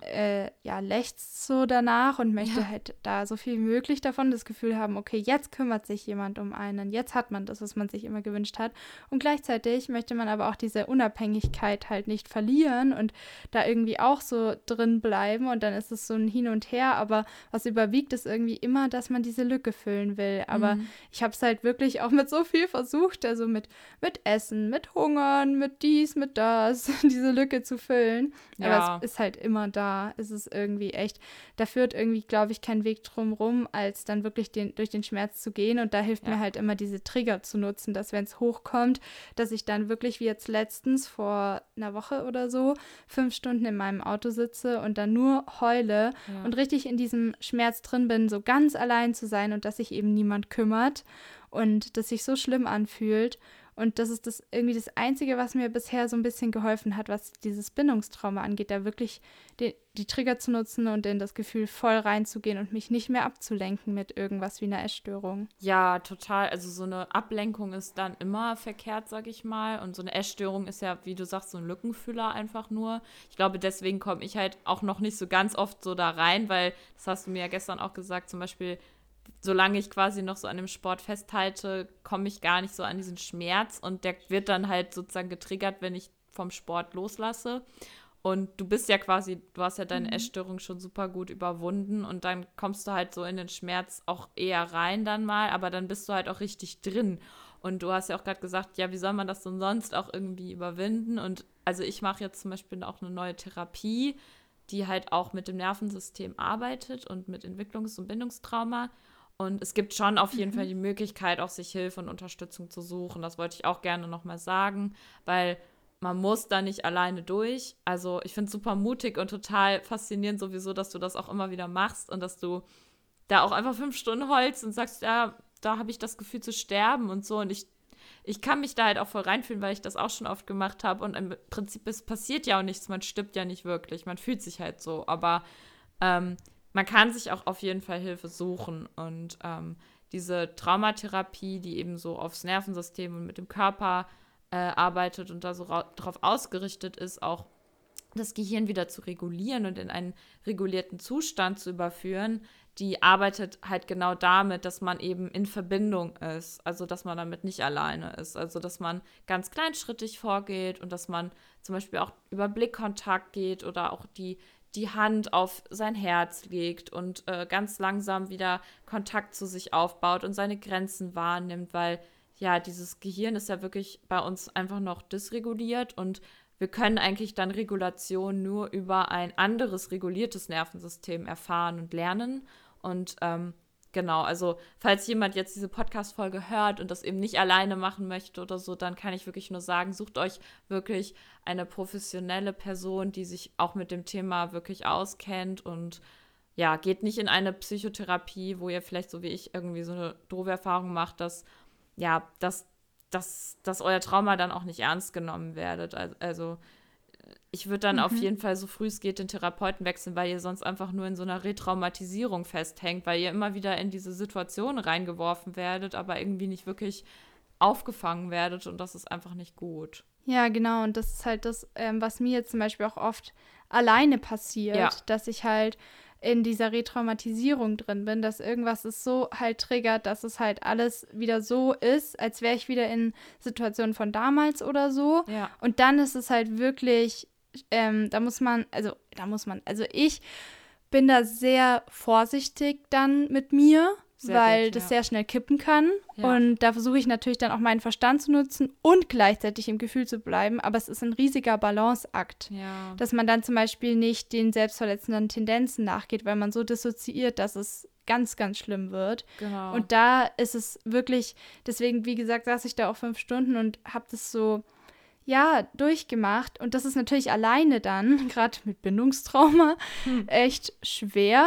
lechzt so danach und möchte halt da so viel wie möglich davon das Gefühl haben, okay, jetzt kümmert sich jemand um einen, jetzt hat man das, was man sich immer gewünscht hat und gleichzeitig möchte man aber auch diese Unabhängigkeit halt nicht verlieren und da irgendwie auch so drin bleiben und dann ist es so ein Hin und Her, aber was überwiegt, ist irgendwie immer, dass man diese Lücke füllen will, aber ich habe es halt wirklich auch mit so viel versucht, also mit Essen, mit Hungern, mit dies, mit das, diese Lücke zu füllen. Aber es ist halt immer da. Es ist irgendwie echt, da führt irgendwie, glaube ich, kein Weg drum rum, als dann wirklich durch den Schmerz zu gehen. Und da hilft mir halt immer diese Trigger zu nutzen, dass wenn es hochkommt, dass ich dann wirklich wie jetzt letztens vor einer Woche oder so 5 Stunden in meinem Auto sitze und dann nur heule und richtig in diesem Schmerz drin bin, so ganz allein zu sein und dass sich eben niemand kümmert. Und das sich so schlimm anfühlt. Und das ist irgendwie das Einzige, was mir bisher so ein bisschen geholfen hat, was dieses Bindungstrauma angeht, da wirklich die Trigger zu nutzen und in das Gefühl voll reinzugehen und mich nicht mehr abzulenken mit irgendwas wie einer Essstörung. Ja, total. Also so eine Ablenkung ist dann immer verkehrt, sag ich mal. Und so eine Essstörung ist ja, wie du sagst, so ein Lückenfüller einfach nur. Ich glaube, deswegen komme ich halt auch noch nicht so ganz oft so da rein, weil, das hast du mir ja gestern auch gesagt, zum Beispiel, solange ich quasi noch so an dem Sport festhalte, komme ich gar nicht so an diesen Schmerz und der wird dann halt sozusagen getriggert, wenn ich vom Sport loslasse. Und du hast ja deine Essstörung schon super gut überwunden und dann kommst du halt so in den Schmerz auch eher rein dann mal, aber dann bist du halt auch richtig drin. Und du hast ja auch gerade gesagt, ja, wie soll man das denn sonst auch irgendwie überwinden? Und also ich mache jetzt zum Beispiel auch eine neue Therapie, die halt auch mit dem Nervensystem arbeitet und mit Entwicklungs- und Bindungstrauma. Und es gibt schon auf jeden Fall die Möglichkeit, auch sich Hilfe und Unterstützung zu suchen. Das wollte ich auch gerne nochmal sagen, weil man muss da nicht alleine durch. Also ich finde es super mutig und total faszinierend sowieso, dass du das auch immer wieder machst und dass du da auch einfach 5 Stunden heulst und sagst, ja, da habe ich das Gefühl zu sterben und so. Und ich kann mich da halt auch voll reinfühlen, weil ich das auch schon oft gemacht habe. Und im Prinzip, es passiert ja auch nichts, man stirbt ja nicht wirklich. Man fühlt sich halt so. Aber man kann sich auch auf jeden Fall Hilfe suchen. Und diese Traumatherapie, die eben so aufs Nervensystem und mit dem Körper arbeitet und da so drauf ausgerichtet ist, auch das Gehirn wieder zu regulieren und in einen regulierten Zustand zu überführen, die arbeitet halt genau damit, dass man eben in Verbindung ist, also dass man damit nicht alleine ist, also dass man ganz kleinschrittig vorgeht und dass man zum Beispiel auch über Blickkontakt geht oder auch die Hand auf sein Herz legt und ganz langsam wieder Kontakt zu sich aufbaut und seine Grenzen wahrnimmt, weil ja, dieses Gehirn ist ja wirklich bei uns einfach noch dysreguliert und wir können eigentlich dann Regulation nur über ein anderes reguliertes Nervensystem erfahren und lernen. Und genau, also falls jemand jetzt diese Podcast-Folge hört und das eben nicht alleine machen möchte oder so, dann kann ich wirklich nur sagen, sucht euch wirklich eine professionelle Person, die sich auch mit dem Thema wirklich auskennt und ja, geht nicht in eine Psychotherapie, wo ihr vielleicht so wie ich irgendwie so eine doofe Erfahrung macht, dass ja, dass euer Trauma dann auch nicht ernst genommen werdet. Also ich würde dann auf jeden Fall so früh es geht den Therapeuten wechseln, weil ihr sonst einfach nur in so einer Retraumatisierung festhängt, weil ihr immer wieder in diese Situation reingeworfen werdet, aber irgendwie nicht wirklich aufgefangen werdet und das ist einfach nicht gut. Ja, genau. Und das ist halt das, was mir jetzt zum Beispiel auch oft alleine passiert, Ja. dass ich halt in dieser Retraumatisierung drin bin, dass irgendwas es so halt triggert, dass es halt alles wieder so ist, als wäre ich wieder in Situationen von damals oder so. Ja. Und dann ist es halt wirklich, also ich bin da sehr vorsichtig dann mit mir, Sehr weil gut, das ja. sehr schnell kippen kann. Ja. Und da versuche ich natürlich dann auch meinen Verstand zu nutzen und gleichzeitig im Gefühl zu bleiben. Aber es ist ein riesiger Balanceakt, Ja. dass man dann zum Beispiel nicht den selbstverletzenden Tendenzen nachgeht, weil man so dissoziiert, dass es ganz, ganz schlimm wird. Genau. Und da ist es wirklich, deswegen, wie gesagt, saß ich da auch 5 Stunden und habe das so, ja, durchgemacht. Und das ist natürlich alleine dann, gerade mit Bindungstrauma, echt schwer.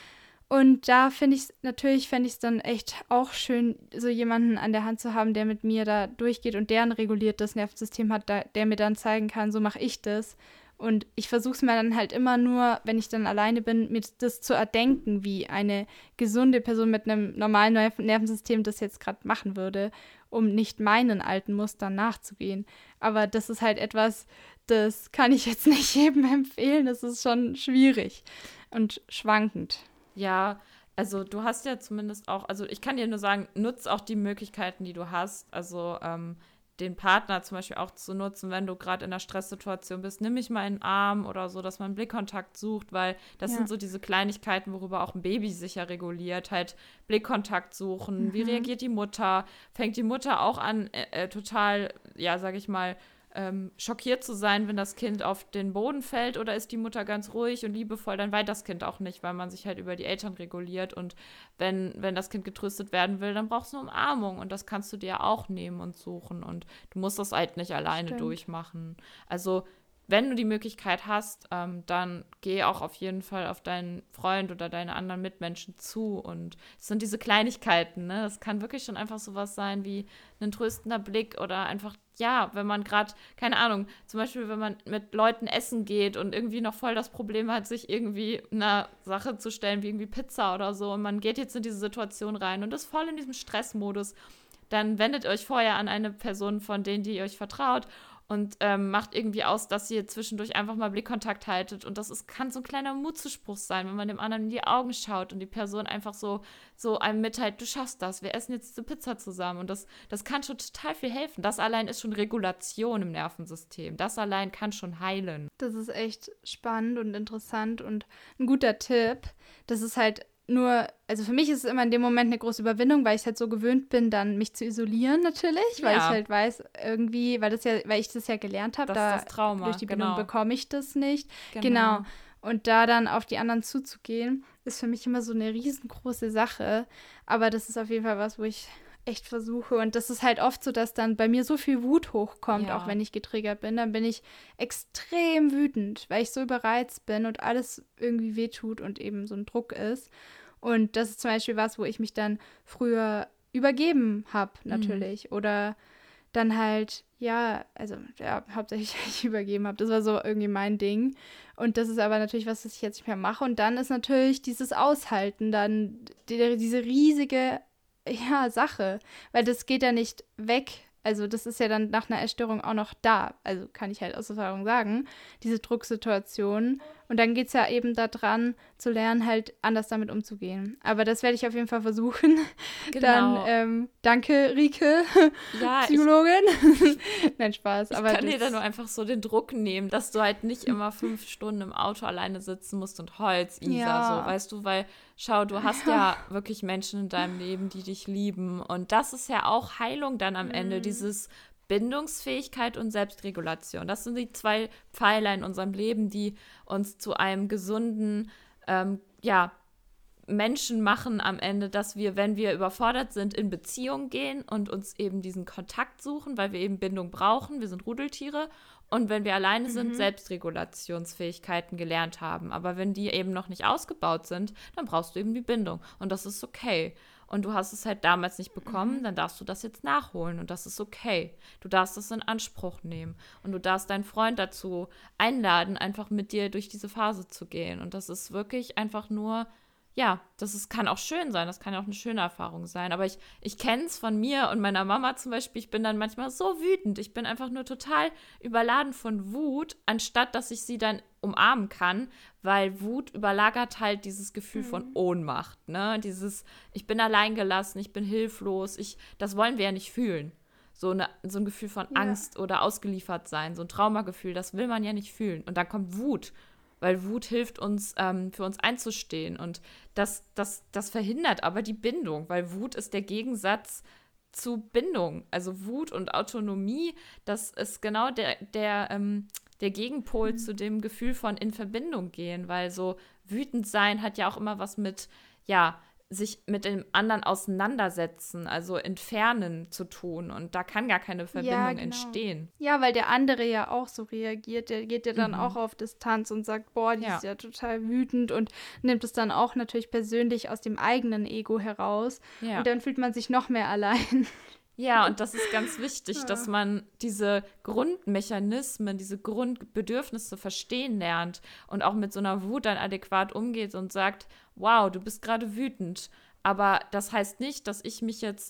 Und da fände ich es dann echt auch schön, so jemanden an der Hand zu haben, der mit mir da durchgeht und der ein reguliertes Nervensystem hat, der mir dann zeigen kann, so mache ich das. Und ich versuche es mir dann halt immer nur, wenn ich dann alleine bin, mir das zu erdenken, wie eine gesunde Person mit einem normalen Nervensystem das jetzt gerade machen würde, um nicht meinen alten Mustern nachzugehen. Aber das ist halt etwas, das kann ich jetzt nicht jedem empfehlen. Das ist schon schwierig und schwankend. Ja, also du hast ja zumindest auch, also ich kann dir nur sagen, nutz auch die Möglichkeiten, die du hast. Also den Partner zum Beispiel auch zu nutzen, wenn du gerade in einer Stresssituation bist. Nimm mich mal in den Arm oder so, dass man Blickkontakt sucht, weil das sind so diese Kleinigkeiten, worüber auch ein Baby sich ja reguliert. Halt Blickkontakt suchen. Wie reagiert die Mutter? Fängt die Mutter auch an, total, ja, sag ich mal, schockiert zu sein, wenn das Kind auf den Boden fällt oder ist die Mutter ganz ruhig und liebevoll, dann weint das Kind auch nicht, weil man sich halt über die Eltern reguliert und wenn das Kind getröstet werden will, dann brauchst du eine Umarmung und das kannst du dir auch nehmen und suchen und du musst das halt nicht alleine durchmachen. Also wenn du die Möglichkeit hast, dann geh auch auf jeden Fall auf deinen Freund oder deine anderen Mitmenschen zu. Und es sind diese Kleinigkeiten, ne? Das kann wirklich schon einfach sowas sein wie ein tröstender Blick oder einfach, ja, wenn man gerade, keine Ahnung, zum Beispiel, wenn man mit Leuten essen geht und irgendwie noch voll das Problem hat, sich irgendwie einer Sache zu stellen, wie irgendwie Pizza oder so, und man geht jetzt in diese Situation rein und ist voll in diesem Stressmodus, dann wendet euch vorher an eine Person von denen, die ihr euch vertraut und macht irgendwie aus, dass ihr zwischendurch einfach mal Blickkontakt haltet. Und kann so ein kleiner Mutzuspruch sein, wenn man dem anderen in die Augen schaut und die Person einfach so einem mitteilt, du schaffst das, wir essen jetzt diese Pizza zusammen. Und das kann schon total viel helfen. Das allein ist schon Regulation im Nervensystem. Das allein kann schon heilen. Das ist echt spannend und interessant und ein guter Tipp. Das ist halt nur, also für mich ist es immer in dem Moment eine große Überwindung, weil ich halt so gewöhnt bin, dann mich zu isolieren natürlich, weil ich halt weiß, irgendwie, weil ich das ja gelernt habe, das ist das Trauma, durch die Bindung genau. bekomme ich das nicht. Genau. Und da dann auf die anderen zuzugehen, ist für mich immer so eine riesengroße Sache. Aber das ist auf jeden Fall was, wo ich echt versuche. Und das ist halt oft so, dass dann bei mir so viel Wut hochkommt, auch wenn ich getriggert bin. Dann bin ich extrem wütend, weil ich so überreizt bin und alles irgendwie wehtut und eben so ein Druck ist. Und das ist zum Beispiel was, wo ich mich dann früher übergeben habe, natürlich. Oder dann halt, hauptsächlich übergeben habe. Das war so irgendwie mein Ding. Und das ist aber natürlich was ich jetzt nicht mehr mache. Und dann ist natürlich dieses Aushalten dann diese riesige Sache, weil das geht ja nicht weg. Also das ist ja dann nach einer Essstörung auch noch da. Also kann ich halt aus Erfahrung sagen, diese Drucksituation. Und dann geht es ja eben daran, zu lernen, halt anders damit umzugehen. Aber das werde ich auf jeden Fall versuchen. Genau. Dann danke, Rike, Ja, Psychologin. Nein, Spaß. ich Aber kann dir da nur einfach so den Druck nehmen, dass du halt nicht immer 5 Stunden im Auto alleine sitzen musst und heulst, Isa, Ja. so, weißt du, weil, schau, du hast ja wirklich Menschen in deinem Leben, die dich lieben und das ist ja auch Heilung dann am Ende, dieses Bindungsfähigkeit und Selbstregulation. Das sind die 2 Pfeiler in unserem Leben, die uns zu einem gesunden, Menschen machen am Ende, dass wir, wenn wir überfordert sind, in Beziehung gehen und uns eben diesen Kontakt suchen, weil wir eben Bindung brauchen. Wir sind Rudeltiere. Und wenn wir alleine sind, Selbstregulationsfähigkeiten gelernt haben. Aber wenn die eben noch nicht ausgebaut sind, dann brauchst du eben die Bindung. Und das ist okay. Und du hast es halt damals nicht bekommen, dann darfst du das jetzt nachholen. Und das ist okay. Du darfst das in Anspruch nehmen. Und du darfst deinen Freund dazu einladen, einfach mit dir durch diese Phase zu gehen. Und das ist wirklich einfach nur, ja, kann auch schön sein, das kann ja auch eine schöne Erfahrung sein, aber ich kenne es von mir und meiner Mama zum Beispiel, ich bin dann manchmal so wütend, ich bin einfach nur total überladen von Wut, anstatt dass ich sie dann umarmen kann, weil Wut überlagert halt dieses Gefühl von Ohnmacht, ne, ich bin alleingelassen, ich bin hilflos, das wollen wir ja nicht fühlen. So ein Gefühl von Angst oder ausgeliefert sein, so ein Traumagefühl, das will man ja nicht fühlen. Und dann kommt Wut. Weil Wut hilft uns, für uns einzustehen. Und das verhindert aber die Bindung, weil Wut ist der Gegensatz zu Bindung. Also Wut und Autonomie, das ist genau der Gegenpol zu dem Gefühl von in Verbindung gehen, weil so wütend sein hat ja auch immer was mit, ja, sich mit dem anderen auseinandersetzen, also entfernen zu tun. Und da kann gar keine Verbindung entstehen. Ja, weil der andere ja auch so reagiert. Der geht ja dann auch auf Distanz und sagt, boah, die ist ja total wütend und nimmt es dann auch natürlich persönlich aus dem eigenen Ego heraus. Ja. Und dann fühlt man sich noch mehr allein. Ja, und das ist ganz wichtig, dass man diese Grundmechanismen, diese Grundbedürfnisse verstehen lernt und auch mit so einer Wut dann adäquat umgeht und sagt, wow, du bist gerade wütend. Aber das heißt nicht, dass ich mich jetzt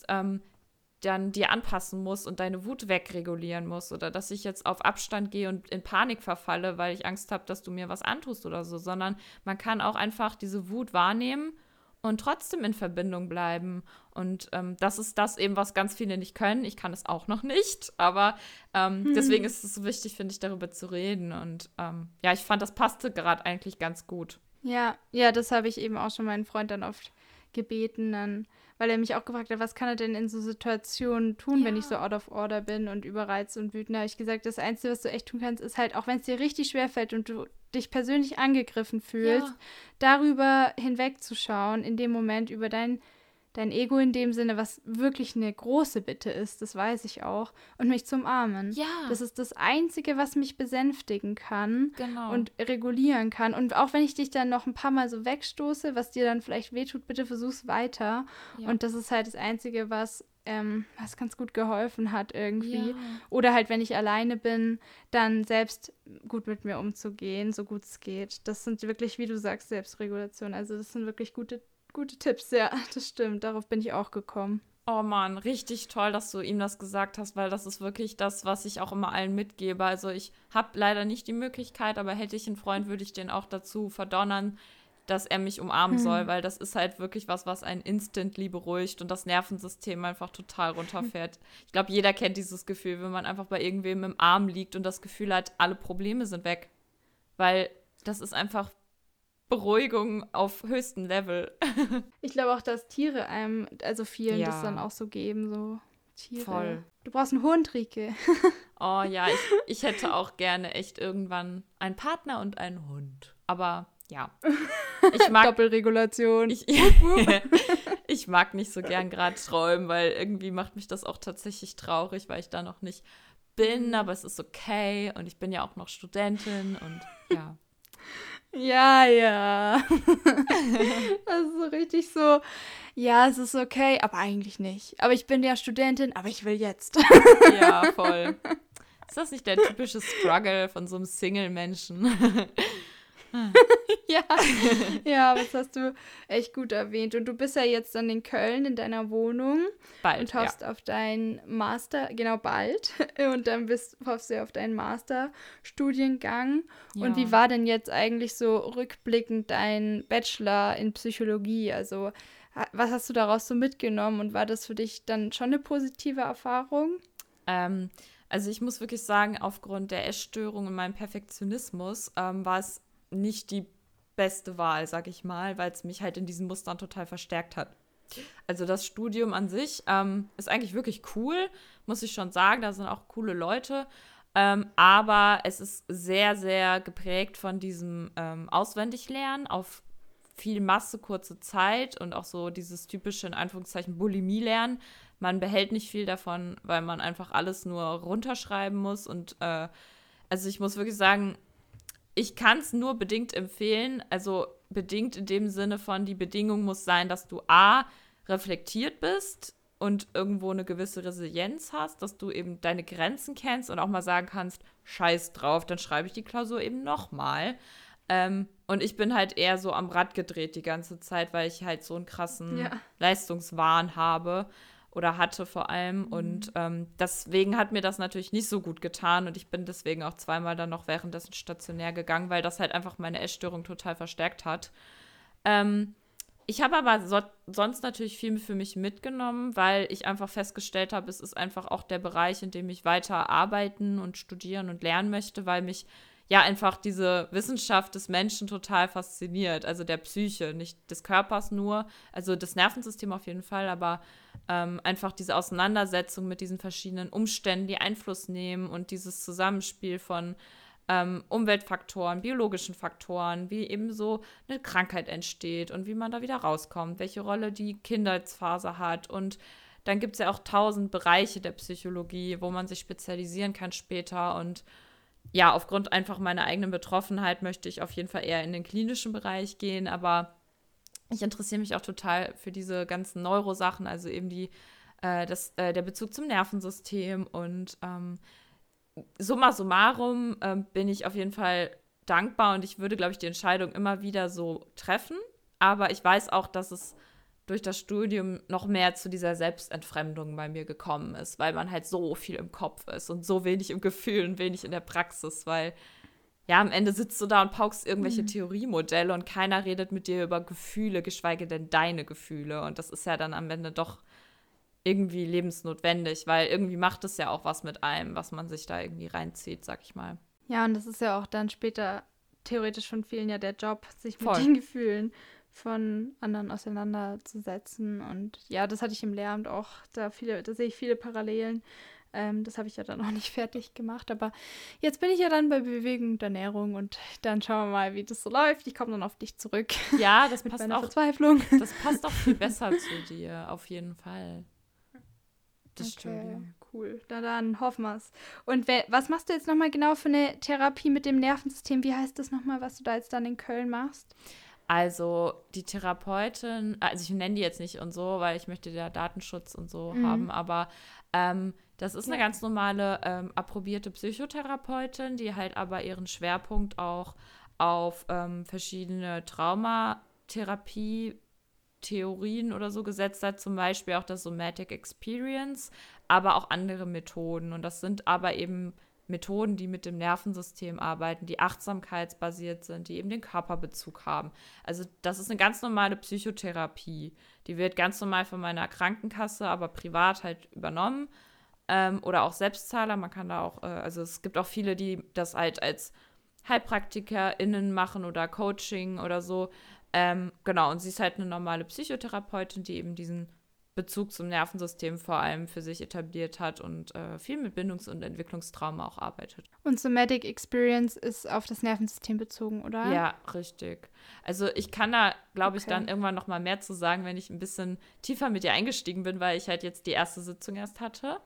dann dir anpassen muss und deine Wut wegregulieren muss oder dass ich jetzt auf Abstand gehe und in Panik verfalle, weil ich Angst habe, dass du mir was antust oder so, sondern man kann auch einfach diese Wut wahrnehmen und trotzdem in Verbindung bleiben. Und das ist das eben, was ganz viele nicht können. Ich kann es auch noch nicht, aber deswegen ist es so wichtig, finde ich, darüber zu reden. Und ich fand, das passte gerade eigentlich ganz gut. Ja, das habe ich eben auch schon meinen Freund dann oft gebeten, weil er mich auch gefragt hat, was kann er denn in so Situationen tun, wenn ich so out of order bin und überreizt und wütend. Da habe ich gesagt, das Einzige, was du echt tun kannst, ist halt, auch wenn es dir richtig schwerfällt und du dich persönlich angegriffen fühlst, darüber hinwegzuschauen, in dem Moment über dein Ego in dem Sinne, was wirklich eine große Bitte ist, das weiß ich auch, und mich zu umarmen. Ja. Das ist das Einzige, was mich besänftigen kann und regulieren kann. Und auch wenn ich dich dann noch ein paar Mal so wegstoße, was dir dann vielleicht wehtut, bitte versuch's weiter. Ja. Und das ist halt das Einzige, was ganz gut geholfen hat irgendwie. Ja. Oder halt, wenn ich alleine bin, dann selbst gut mit mir umzugehen, so gut es geht. Das sind wirklich, wie du sagst, Selbstregulation. Also das sind wirklich gute Tipps, ja, das stimmt. Darauf bin ich auch gekommen. Oh Mann, richtig toll, dass du ihm das gesagt hast, weil das ist wirklich das, was ich auch immer allen mitgebe. Also ich habe leider nicht die Möglichkeit, aber hätte ich einen Freund, würde ich den auch dazu verdonnern, dass er mich umarmen soll, weil das ist halt wirklich was einen instantly beruhigt und das Nervensystem einfach total runterfährt. Ich glaube, jeder kennt dieses Gefühl, wenn man einfach bei irgendwem im Arm liegt und das Gefühl hat, alle Probleme sind weg. Weil das ist einfach Beruhigung auf höchstem Level. Ich glaube auch, dass Tiere einem, also vielen das dann auch so geben, so Tiere. Voll. Du brauchst einen Hund, Rike. Oh ja, ich hätte auch gerne echt irgendwann einen Partner und einen Hund. Aber ja, ich mag Doppelregulation. Ich mag nicht so gern gerade träumen, weil irgendwie macht mich das auch tatsächlich traurig, weil ich da noch nicht bin, aber es ist okay und ich bin ja auch noch Studentin und ja. Ja. Das ist so richtig so, ja, es ist okay, aber eigentlich nicht. Aber ich bin ja Studentin, aber ich will jetzt. Ja, voll. Ist das nicht der typische Struggle von so einem Single-Menschen? Ja, ja, das hast du echt gut erwähnt. Und du bist ja jetzt dann in Köln in deiner Wohnung Bald, und ja. hoffst auf deinen Master, genau bald. Und dann hoffst du auf deinen Masterstudiengang. Und wie Ja. war denn jetzt eigentlich so rückblickend dein Bachelor in Psychologie? Also, was hast du daraus so mitgenommen und war das für dich dann schon eine positive Erfahrung? Ähm, also ich muss wirklich sagen, aufgrund der Essstörung und meinem Perfektionismus war es nicht die beste Wahl, sag ich mal, weil es mich halt in diesen Mustern total verstärkt hat. Also das Studium an sich ist eigentlich wirklich cool, muss ich schon sagen. Da sind auch coole Leute. Aber es ist sehr, sehr geprägt von diesem Auswendiglernen auf viel Masse, kurze Zeit und auch so dieses typische, in Anführungszeichen, Bulimie-Lernen. Man behält nicht viel davon, weil man einfach alles nur runterschreiben muss. Und also ich muss wirklich sagen, ich kann es nur bedingt empfehlen. Also bedingt in dem Sinne von, die Bedingung muss sein, dass du A, reflektiert bist und irgendwo eine gewisse Resilienz hast, dass du eben deine Grenzen kennst und auch mal sagen kannst, scheiß drauf, dann schreibe ich die Klausur eben nochmal. Und ich bin halt eher so am Rad gedreht die ganze Zeit, weil ich halt so einen krassen Ja. Leistungswahn habe oder hatte vor allem. Und Mhm. deswegen hat mir das natürlich nicht so gut getan. Und ich bin deswegen auch zweimal dann noch währenddessen stationär gegangen, weil das halt einfach meine Essstörung total verstärkt hat. Ähm, Ich habe aber sonst natürlich viel für mich mitgenommen, weil ich einfach festgestellt habe, es ist einfach auch der Bereich, in dem ich weiter arbeiten und studieren und lernen möchte, weil mich ja einfach diese Wissenschaft des Menschen total fasziniert. Also der Psyche, nicht des Körpers nur, also das Nervensystem auf jeden Fall, aber einfach diese Auseinandersetzung mit diesen verschiedenen Umständen, die Einfluss nehmen und dieses Zusammenspiel von Umweltfaktoren, biologischen Faktoren, wie eben so eine Krankheit entsteht und wie man da wieder rauskommt, welche Rolle die Kindheitsphase hat. Und dann gibt es ja auch 1000 Bereiche der Psychologie, wo man sich spezialisieren kann später. Und ja, aufgrund einfach meiner eigenen Betroffenheit möchte ich auf jeden Fall eher in den klinischen Bereich gehen, aber ich interessiere mich auch total für diese ganzen Neurosachen, also eben der Bezug zum Nervensystem und summa summarum bin ich auf jeden Fall dankbar und ich würde, glaube ich, die Entscheidung immer wieder so treffen. Aber ich weiß auch, dass es durch das Studium noch mehr zu dieser Selbstentfremdung bei mir gekommen ist, weil man halt so viel im Kopf ist und so wenig im Gefühl und wenig in der Praxis, weil ja, am Ende sitzt du da und paukst irgendwelche Mhm. Theoriemodelle und keiner redet mit dir über Gefühle, geschweige denn deine Gefühle. Und das ist ja dann am Ende doch irgendwie lebensnotwendig, weil irgendwie macht es ja auch was mit einem, was man sich da irgendwie reinzieht, sag ich mal. Ja, und das ist ja auch dann später theoretisch von vielen ja der Job, sich mit Voll. den Gefühlen von anderen auseinanderzusetzen. Und ja, das hatte ich im Lehramt auch. Da sehe ich viele Parallelen. Das habe ich ja dann auch nicht fertig gemacht. Aber jetzt bin ich ja dann bei Bewegung und Ernährung und dann schauen wir mal, wie das so läuft. Ich komme dann auf dich zurück Ja, das mit passt meiner auch, Verzweiflung. das passt auch viel besser zu dir, auf jeden Fall. Das Okay, Studium. cool. Na dann hoffen wir's. Und was machst du jetzt nochmal genau für eine Therapie mit dem Nervensystem? Wie heißt das nochmal, was du da jetzt dann in Köln machst? Also die Therapeutin, also ich nenne die jetzt nicht und so, weil ich möchte ja Datenschutz und so Mhm. haben, aber das ist eine Ja. ganz normale approbierte Psychotherapeutin, die halt aber ihren Schwerpunkt auch auf verschiedene Traumatherapie Theorien oder so gesetzt hat, zum Beispiel auch das Somatic Experience, aber auch andere Methoden. Und das sind aber eben Methoden, die mit dem Nervensystem arbeiten, die achtsamkeitsbasiert sind, die eben den Körperbezug haben. Also das ist eine ganz normale Psychotherapie. Die wird ganz normal von meiner Krankenkasse, aber privat halt übernommen. Oder auch Selbstzahler. Man kann da auch, also es gibt auch viele, die das halt als HeilpraktikerInnen machen oder Coaching oder so. Genau, und sie ist halt eine normale Psychotherapeutin, die eben diesen Bezug zum Nervensystem vor allem für sich etabliert hat und viel mit Bindungs- und Entwicklungstrauma auch arbeitet. Und Somatic Experience ist auf das Nervensystem bezogen, oder? Ja, richtig. Also ich kann da, glaube ich, dann Okay. irgendwann noch mal mehr zu sagen, wenn ich ein bisschen tiefer mit ihr eingestiegen bin, weil ich halt jetzt die erste Sitzung erst hatte.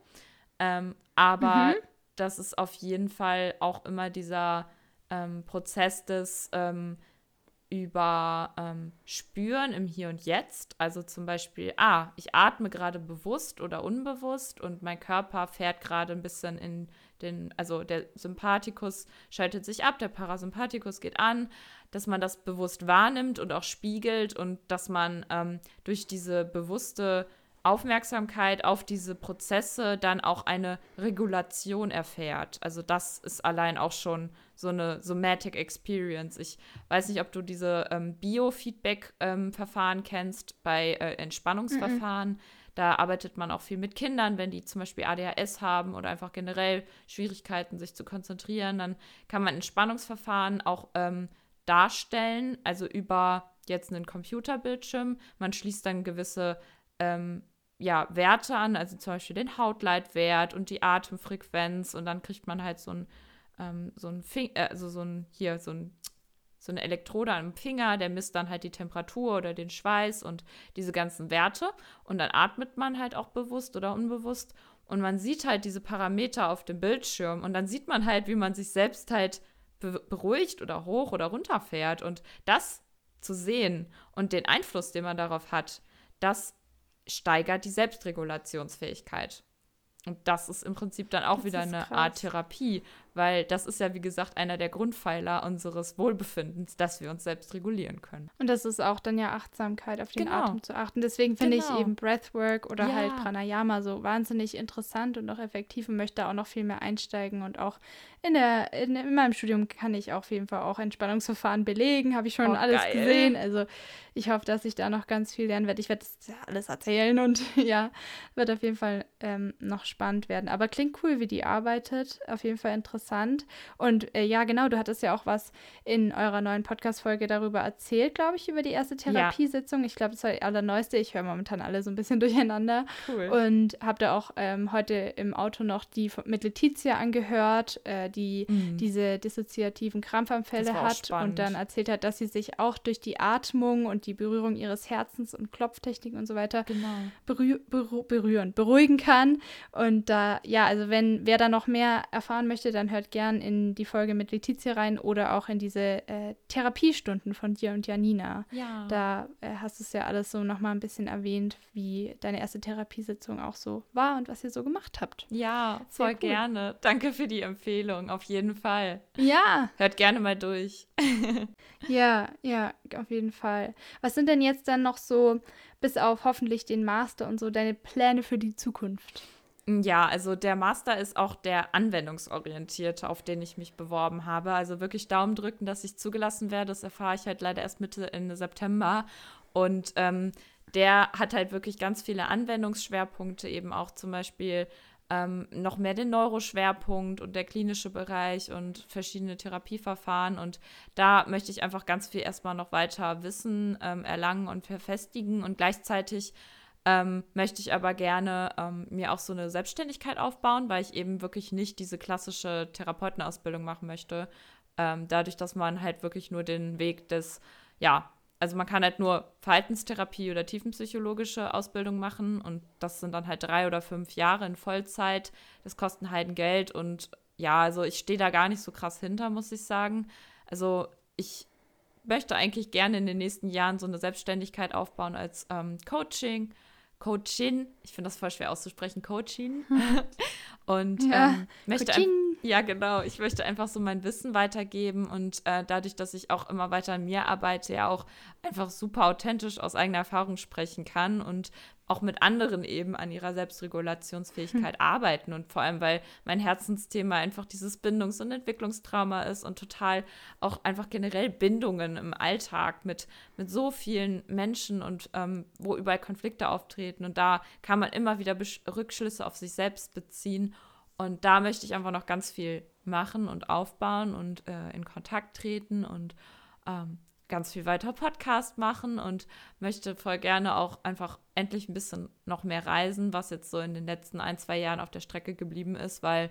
Mhm. Aber das ist auf jeden Fall auch immer dieser Prozess des über Spüren im Hier und Jetzt. Also zum Beispiel, ich atme gerade bewusst oder unbewusst und mein Körper fährt gerade ein bisschen also der Sympathikus schaltet sich ab, der Parasympathikus geht an, dass man das bewusst wahrnimmt und auch spiegelt und dass man durch diese bewusste Aufmerksamkeit auf diese Prozesse dann auch eine Regulation erfährt. Also das ist allein auch schon so eine Somatic Experience. Ich weiß nicht, ob du diese Biofeedback-Verfahren kennst bei Entspannungsverfahren. Da arbeitet man auch viel mit Kindern, wenn die zum Beispiel ADHS haben oder einfach generell Schwierigkeiten, sich zu konzentrieren. Dann kann man Entspannungsverfahren auch darstellen, also über jetzt einen Computerbildschirm. Man schließt dann gewisse Werte an, also zum Beispiel den Hautleitwert und die Atemfrequenz und dann kriegt man halt so eine Elektrode am Finger, der misst dann halt die Temperatur oder den Schweiß und diese ganzen Werte und dann atmet man halt auch bewusst oder unbewusst und man sieht halt diese Parameter auf dem Bildschirm und dann sieht man halt, wie man sich selbst halt beruhigt oder hoch oder runter fährt und das zu sehen und den Einfluss, den man darauf hat, das steigert die Selbstregulationsfähigkeit. Und das ist im Prinzip dann auch wieder eine Art Therapie, weil das ist ja, wie gesagt, einer der Grundpfeiler unseres Wohlbefindens, dass wir uns selbst regulieren können. Und das ist auch dann ja Achtsamkeit, auf den Atem zu achten. Deswegen finde ich eben Breathwork oder halt Pranayama so wahnsinnig interessant und auch effektiv und möchte auch noch viel mehr einsteigen. Und auch in meinem Studium kann ich auf jeden Fall auch Entspannungsverfahren belegen, habe ich schon alles gesehen. Also ich hoffe, dass ich da noch ganz viel lernen werde. Ich werde das alles erzählen und wird auf jeden Fall noch spannend werden. Aber klingt cool, wie die arbeitet. Auf jeden Fall interessant. Und genau, du hattest ja auch was in eurer neuen Podcast-Folge darüber erzählt, glaube ich, über die erste Therapiesitzung. Ja. Ich glaube, das war die allerneueste. Ich höre momentan alle so ein bisschen durcheinander. Cool. Und habe da auch heute im Auto noch die mit Letizia angehört, die diese dissoziativen Krampfanfälle hat spannend. Und dann erzählt hat, dass sie sich auch durch die Atmung und die Berührung ihres Herzens und Klopftechniken und so weiter beruhigen kann. Und da, also wer da noch mehr erfahren möchte, dann hört gern in die Folge mit Letizia rein oder auch in diese Therapiestunden von dir und Janina. Ja. Da hast du es ja alles so nochmal ein bisschen erwähnt, wie deine erste Therapiesitzung auch so war und was ihr so gemacht habt. Ja, voll gerne. Danke für die Empfehlung, auf jeden Fall. Ja. Hört gerne mal durch. Ja, auf jeden Fall. Was sind denn jetzt dann noch so, bis auf hoffentlich den Master und so, deine Pläne für die Zukunft? Ja, also der Master ist auch der anwendungsorientierte, auf den ich mich beworben habe. Also wirklich Daumen drücken, dass ich zugelassen werde. Das erfahre ich halt leider erst Mitte Ende September. Und der hat halt wirklich ganz viele Anwendungsschwerpunkte, eben auch zum Beispiel noch mehr den Neuroschwerpunkt und der klinische Bereich und verschiedene Therapieverfahren. Und da möchte ich einfach ganz viel erstmal noch weiter Wissen erlangen und verfestigen. Und gleichzeitig möchte ich aber gerne mir auch so eine Selbstständigkeit aufbauen, weil ich eben wirklich nicht diese klassische Therapeutenausbildung machen möchte. Dadurch, dass man halt wirklich nur den Weg also man kann halt nur Verhaltenstherapie oder tiefenpsychologische Ausbildung machen und das sind dann halt 3 oder 5 Jahre in Vollzeit. Das kostet ein Heidengeld und also ich stehe da gar nicht so krass hinter, muss ich sagen. Also ich möchte eigentlich gerne in den nächsten Jahren so eine Selbstständigkeit aufbauen als Coachin. Ich finde das voll schwer auszusprechen, Coaching. Und möchte ich möchte einfach so mein Wissen weitergeben und dadurch, dass ich auch immer weiter an mir arbeite, ja auch einfach super authentisch aus eigener Erfahrung sprechen kann und auch mit anderen eben an ihrer Selbstregulationsfähigkeit arbeiten und vor allem, weil mein Herzensthema einfach dieses Bindungs- und Entwicklungstrauma ist und total auch einfach generell Bindungen im Alltag mit so vielen Menschen und wo überall Konflikte auftreten und da kann man immer wieder Rückschlüsse auf sich selbst beziehen und da möchte ich einfach noch ganz viel machen und aufbauen und in Kontakt treten und ganz viel weiter Podcast machen und möchte voll gerne auch einfach endlich ein bisschen noch mehr reisen, was jetzt so in den letzten 1-2 Jahren auf der Strecke geblieben ist, weil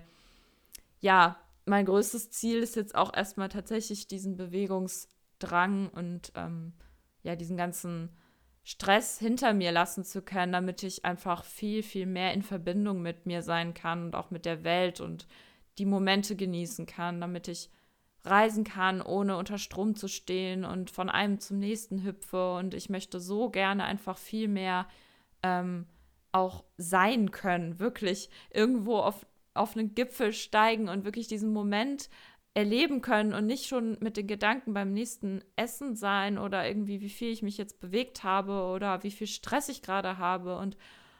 mein größtes Ziel ist jetzt auch erstmal tatsächlich diesen Bewegungsdrang und diesen ganzen Stress hinter mir lassen zu können, damit ich einfach viel, viel mehr in Verbindung mit mir sein kann und auch mit der Welt und die Momente genießen kann, damit ich reisen kann, ohne unter Strom zu stehen und von einem zum nächsten hüpfe. Und ich möchte so gerne einfach viel mehr auch sein können, wirklich irgendwo auf einen Gipfel steigen und wirklich diesen Moment erleben können und nicht schon mit den Gedanken beim nächsten Essen sein oder irgendwie, wie viel ich mich jetzt bewegt habe oder wie viel Stress ich gerade habe. Und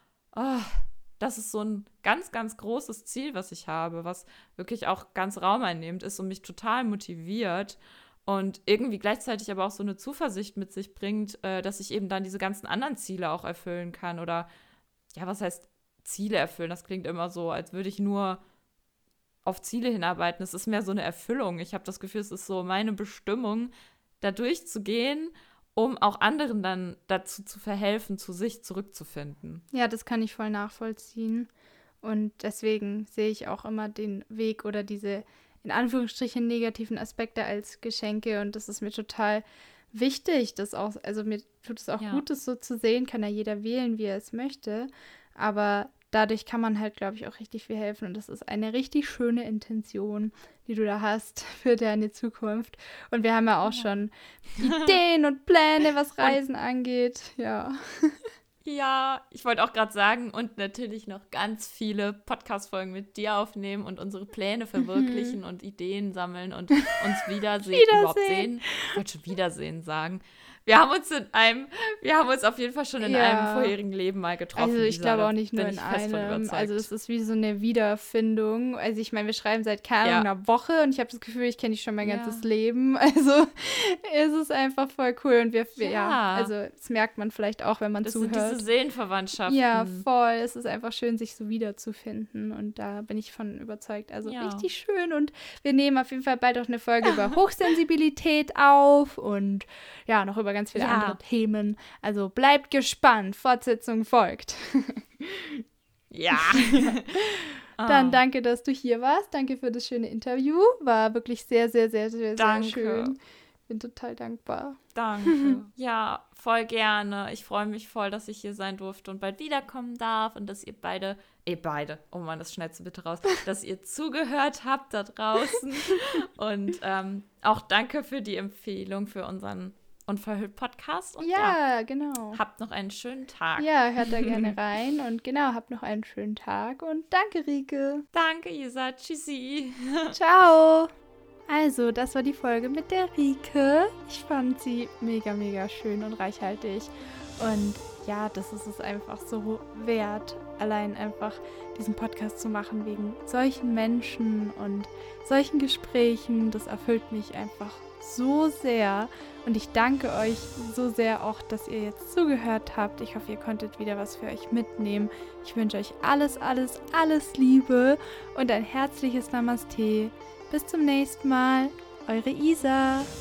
das ist so ein ganz, ganz großes Ziel, was ich habe, was wirklich auch ganz Raum einnehmend ist und mich total motiviert und irgendwie gleichzeitig aber auch so eine Zuversicht mit sich bringt, dass ich eben dann diese ganzen anderen Ziele auch erfüllen kann. Oder, ja, was heißt Ziele erfüllen? Das klingt immer so, als würde ich nur auf Ziele hinarbeiten. Es ist mehr so eine Erfüllung. Ich habe das Gefühl, es ist so meine Bestimmung, da durchzugehen, um auch anderen dann dazu zu verhelfen, zu sich zurückzufinden. Ja, das kann ich voll nachvollziehen. Und deswegen sehe ich auch immer den Weg oder diese in Anführungsstrichen negativen Aspekte als Geschenke. Und das ist mir total wichtig, das auch, also mir tut es auch gut, das so zu sehen, kann ja jeder wählen, wie er es möchte. Aber dadurch kann man halt, glaube ich, auch richtig viel helfen. Und das ist eine richtig schöne Intention, die du da hast für deine Zukunft. Und wir haben ja auch schon Ideen und Pläne, was Reisen angeht. Ja. Ja, ich wollte auch gerade sagen, und natürlich noch ganz viele Podcast-Folgen mit dir aufnehmen und unsere Pläne verwirklichen und Ideen sammeln und uns wiedersehen. Überhaupt sehen. Ich wollte schon Wiedersehen sagen. Wir haben uns auf jeden Fall schon in einem vorherigen Leben mal getroffen. Also ich glaube auch nicht nur in einem. Also es ist wie so eine Wiederfindung. Also ich meine, wir schreiben seit keine Ahnung einer Woche und ich habe das Gefühl, ich kenne dich schon mein ganzes Leben. Also es ist einfach voll cool. Und also das merkt man vielleicht auch, wenn man zuhört. Das sind diese Seelenverwandtschaften. Ja, voll. Es ist einfach schön, sich so wiederzufinden. Und da bin ich von überzeugt. Also richtig schön. Und wir nehmen auf jeden Fall bald auch eine Folge über Hochsensibilität auf und ja, noch über ganz viele andere Themen. Also bleibt gespannt. Fortsetzung folgt. Ja. Dann danke, dass du hier warst. Danke für das schöne Interview. War wirklich sehr, sehr, sehr, sehr, sehr schön. Bin total dankbar. Danke. Ja, voll gerne. Ich freue mich voll, dass ich hier sein durfte und bald wiederkommen darf und dass ihr beide, oh Mann, das schneidest du bitte raus, dass ihr zugehört habt da draußen. Und auch danke für die Empfehlung für unseren Unverhüllt-Podcast. Und genau. Habt noch einen schönen Tag. Ja, hört da gerne rein und genau, habt noch einen schönen Tag und danke, Rike. Danke, Isa. Tschüssi. Ciao. Also, das war die Folge mit der Rike. Ich fand sie mega, mega schön und reichhaltig. Und ja, das ist es einfach so wert, allein einfach diesen Podcast zu machen wegen solchen Menschen und solchen Gesprächen. Das erfüllt mich einfach so sehr. Und ich danke euch so sehr auch, dass ihr jetzt zugehört habt. Ich hoffe, ihr konntet wieder was für euch mitnehmen. Ich wünsche euch alles, alles, alles Liebe und ein herzliches Namaste. Bis zum nächsten Mal. Eure Isa.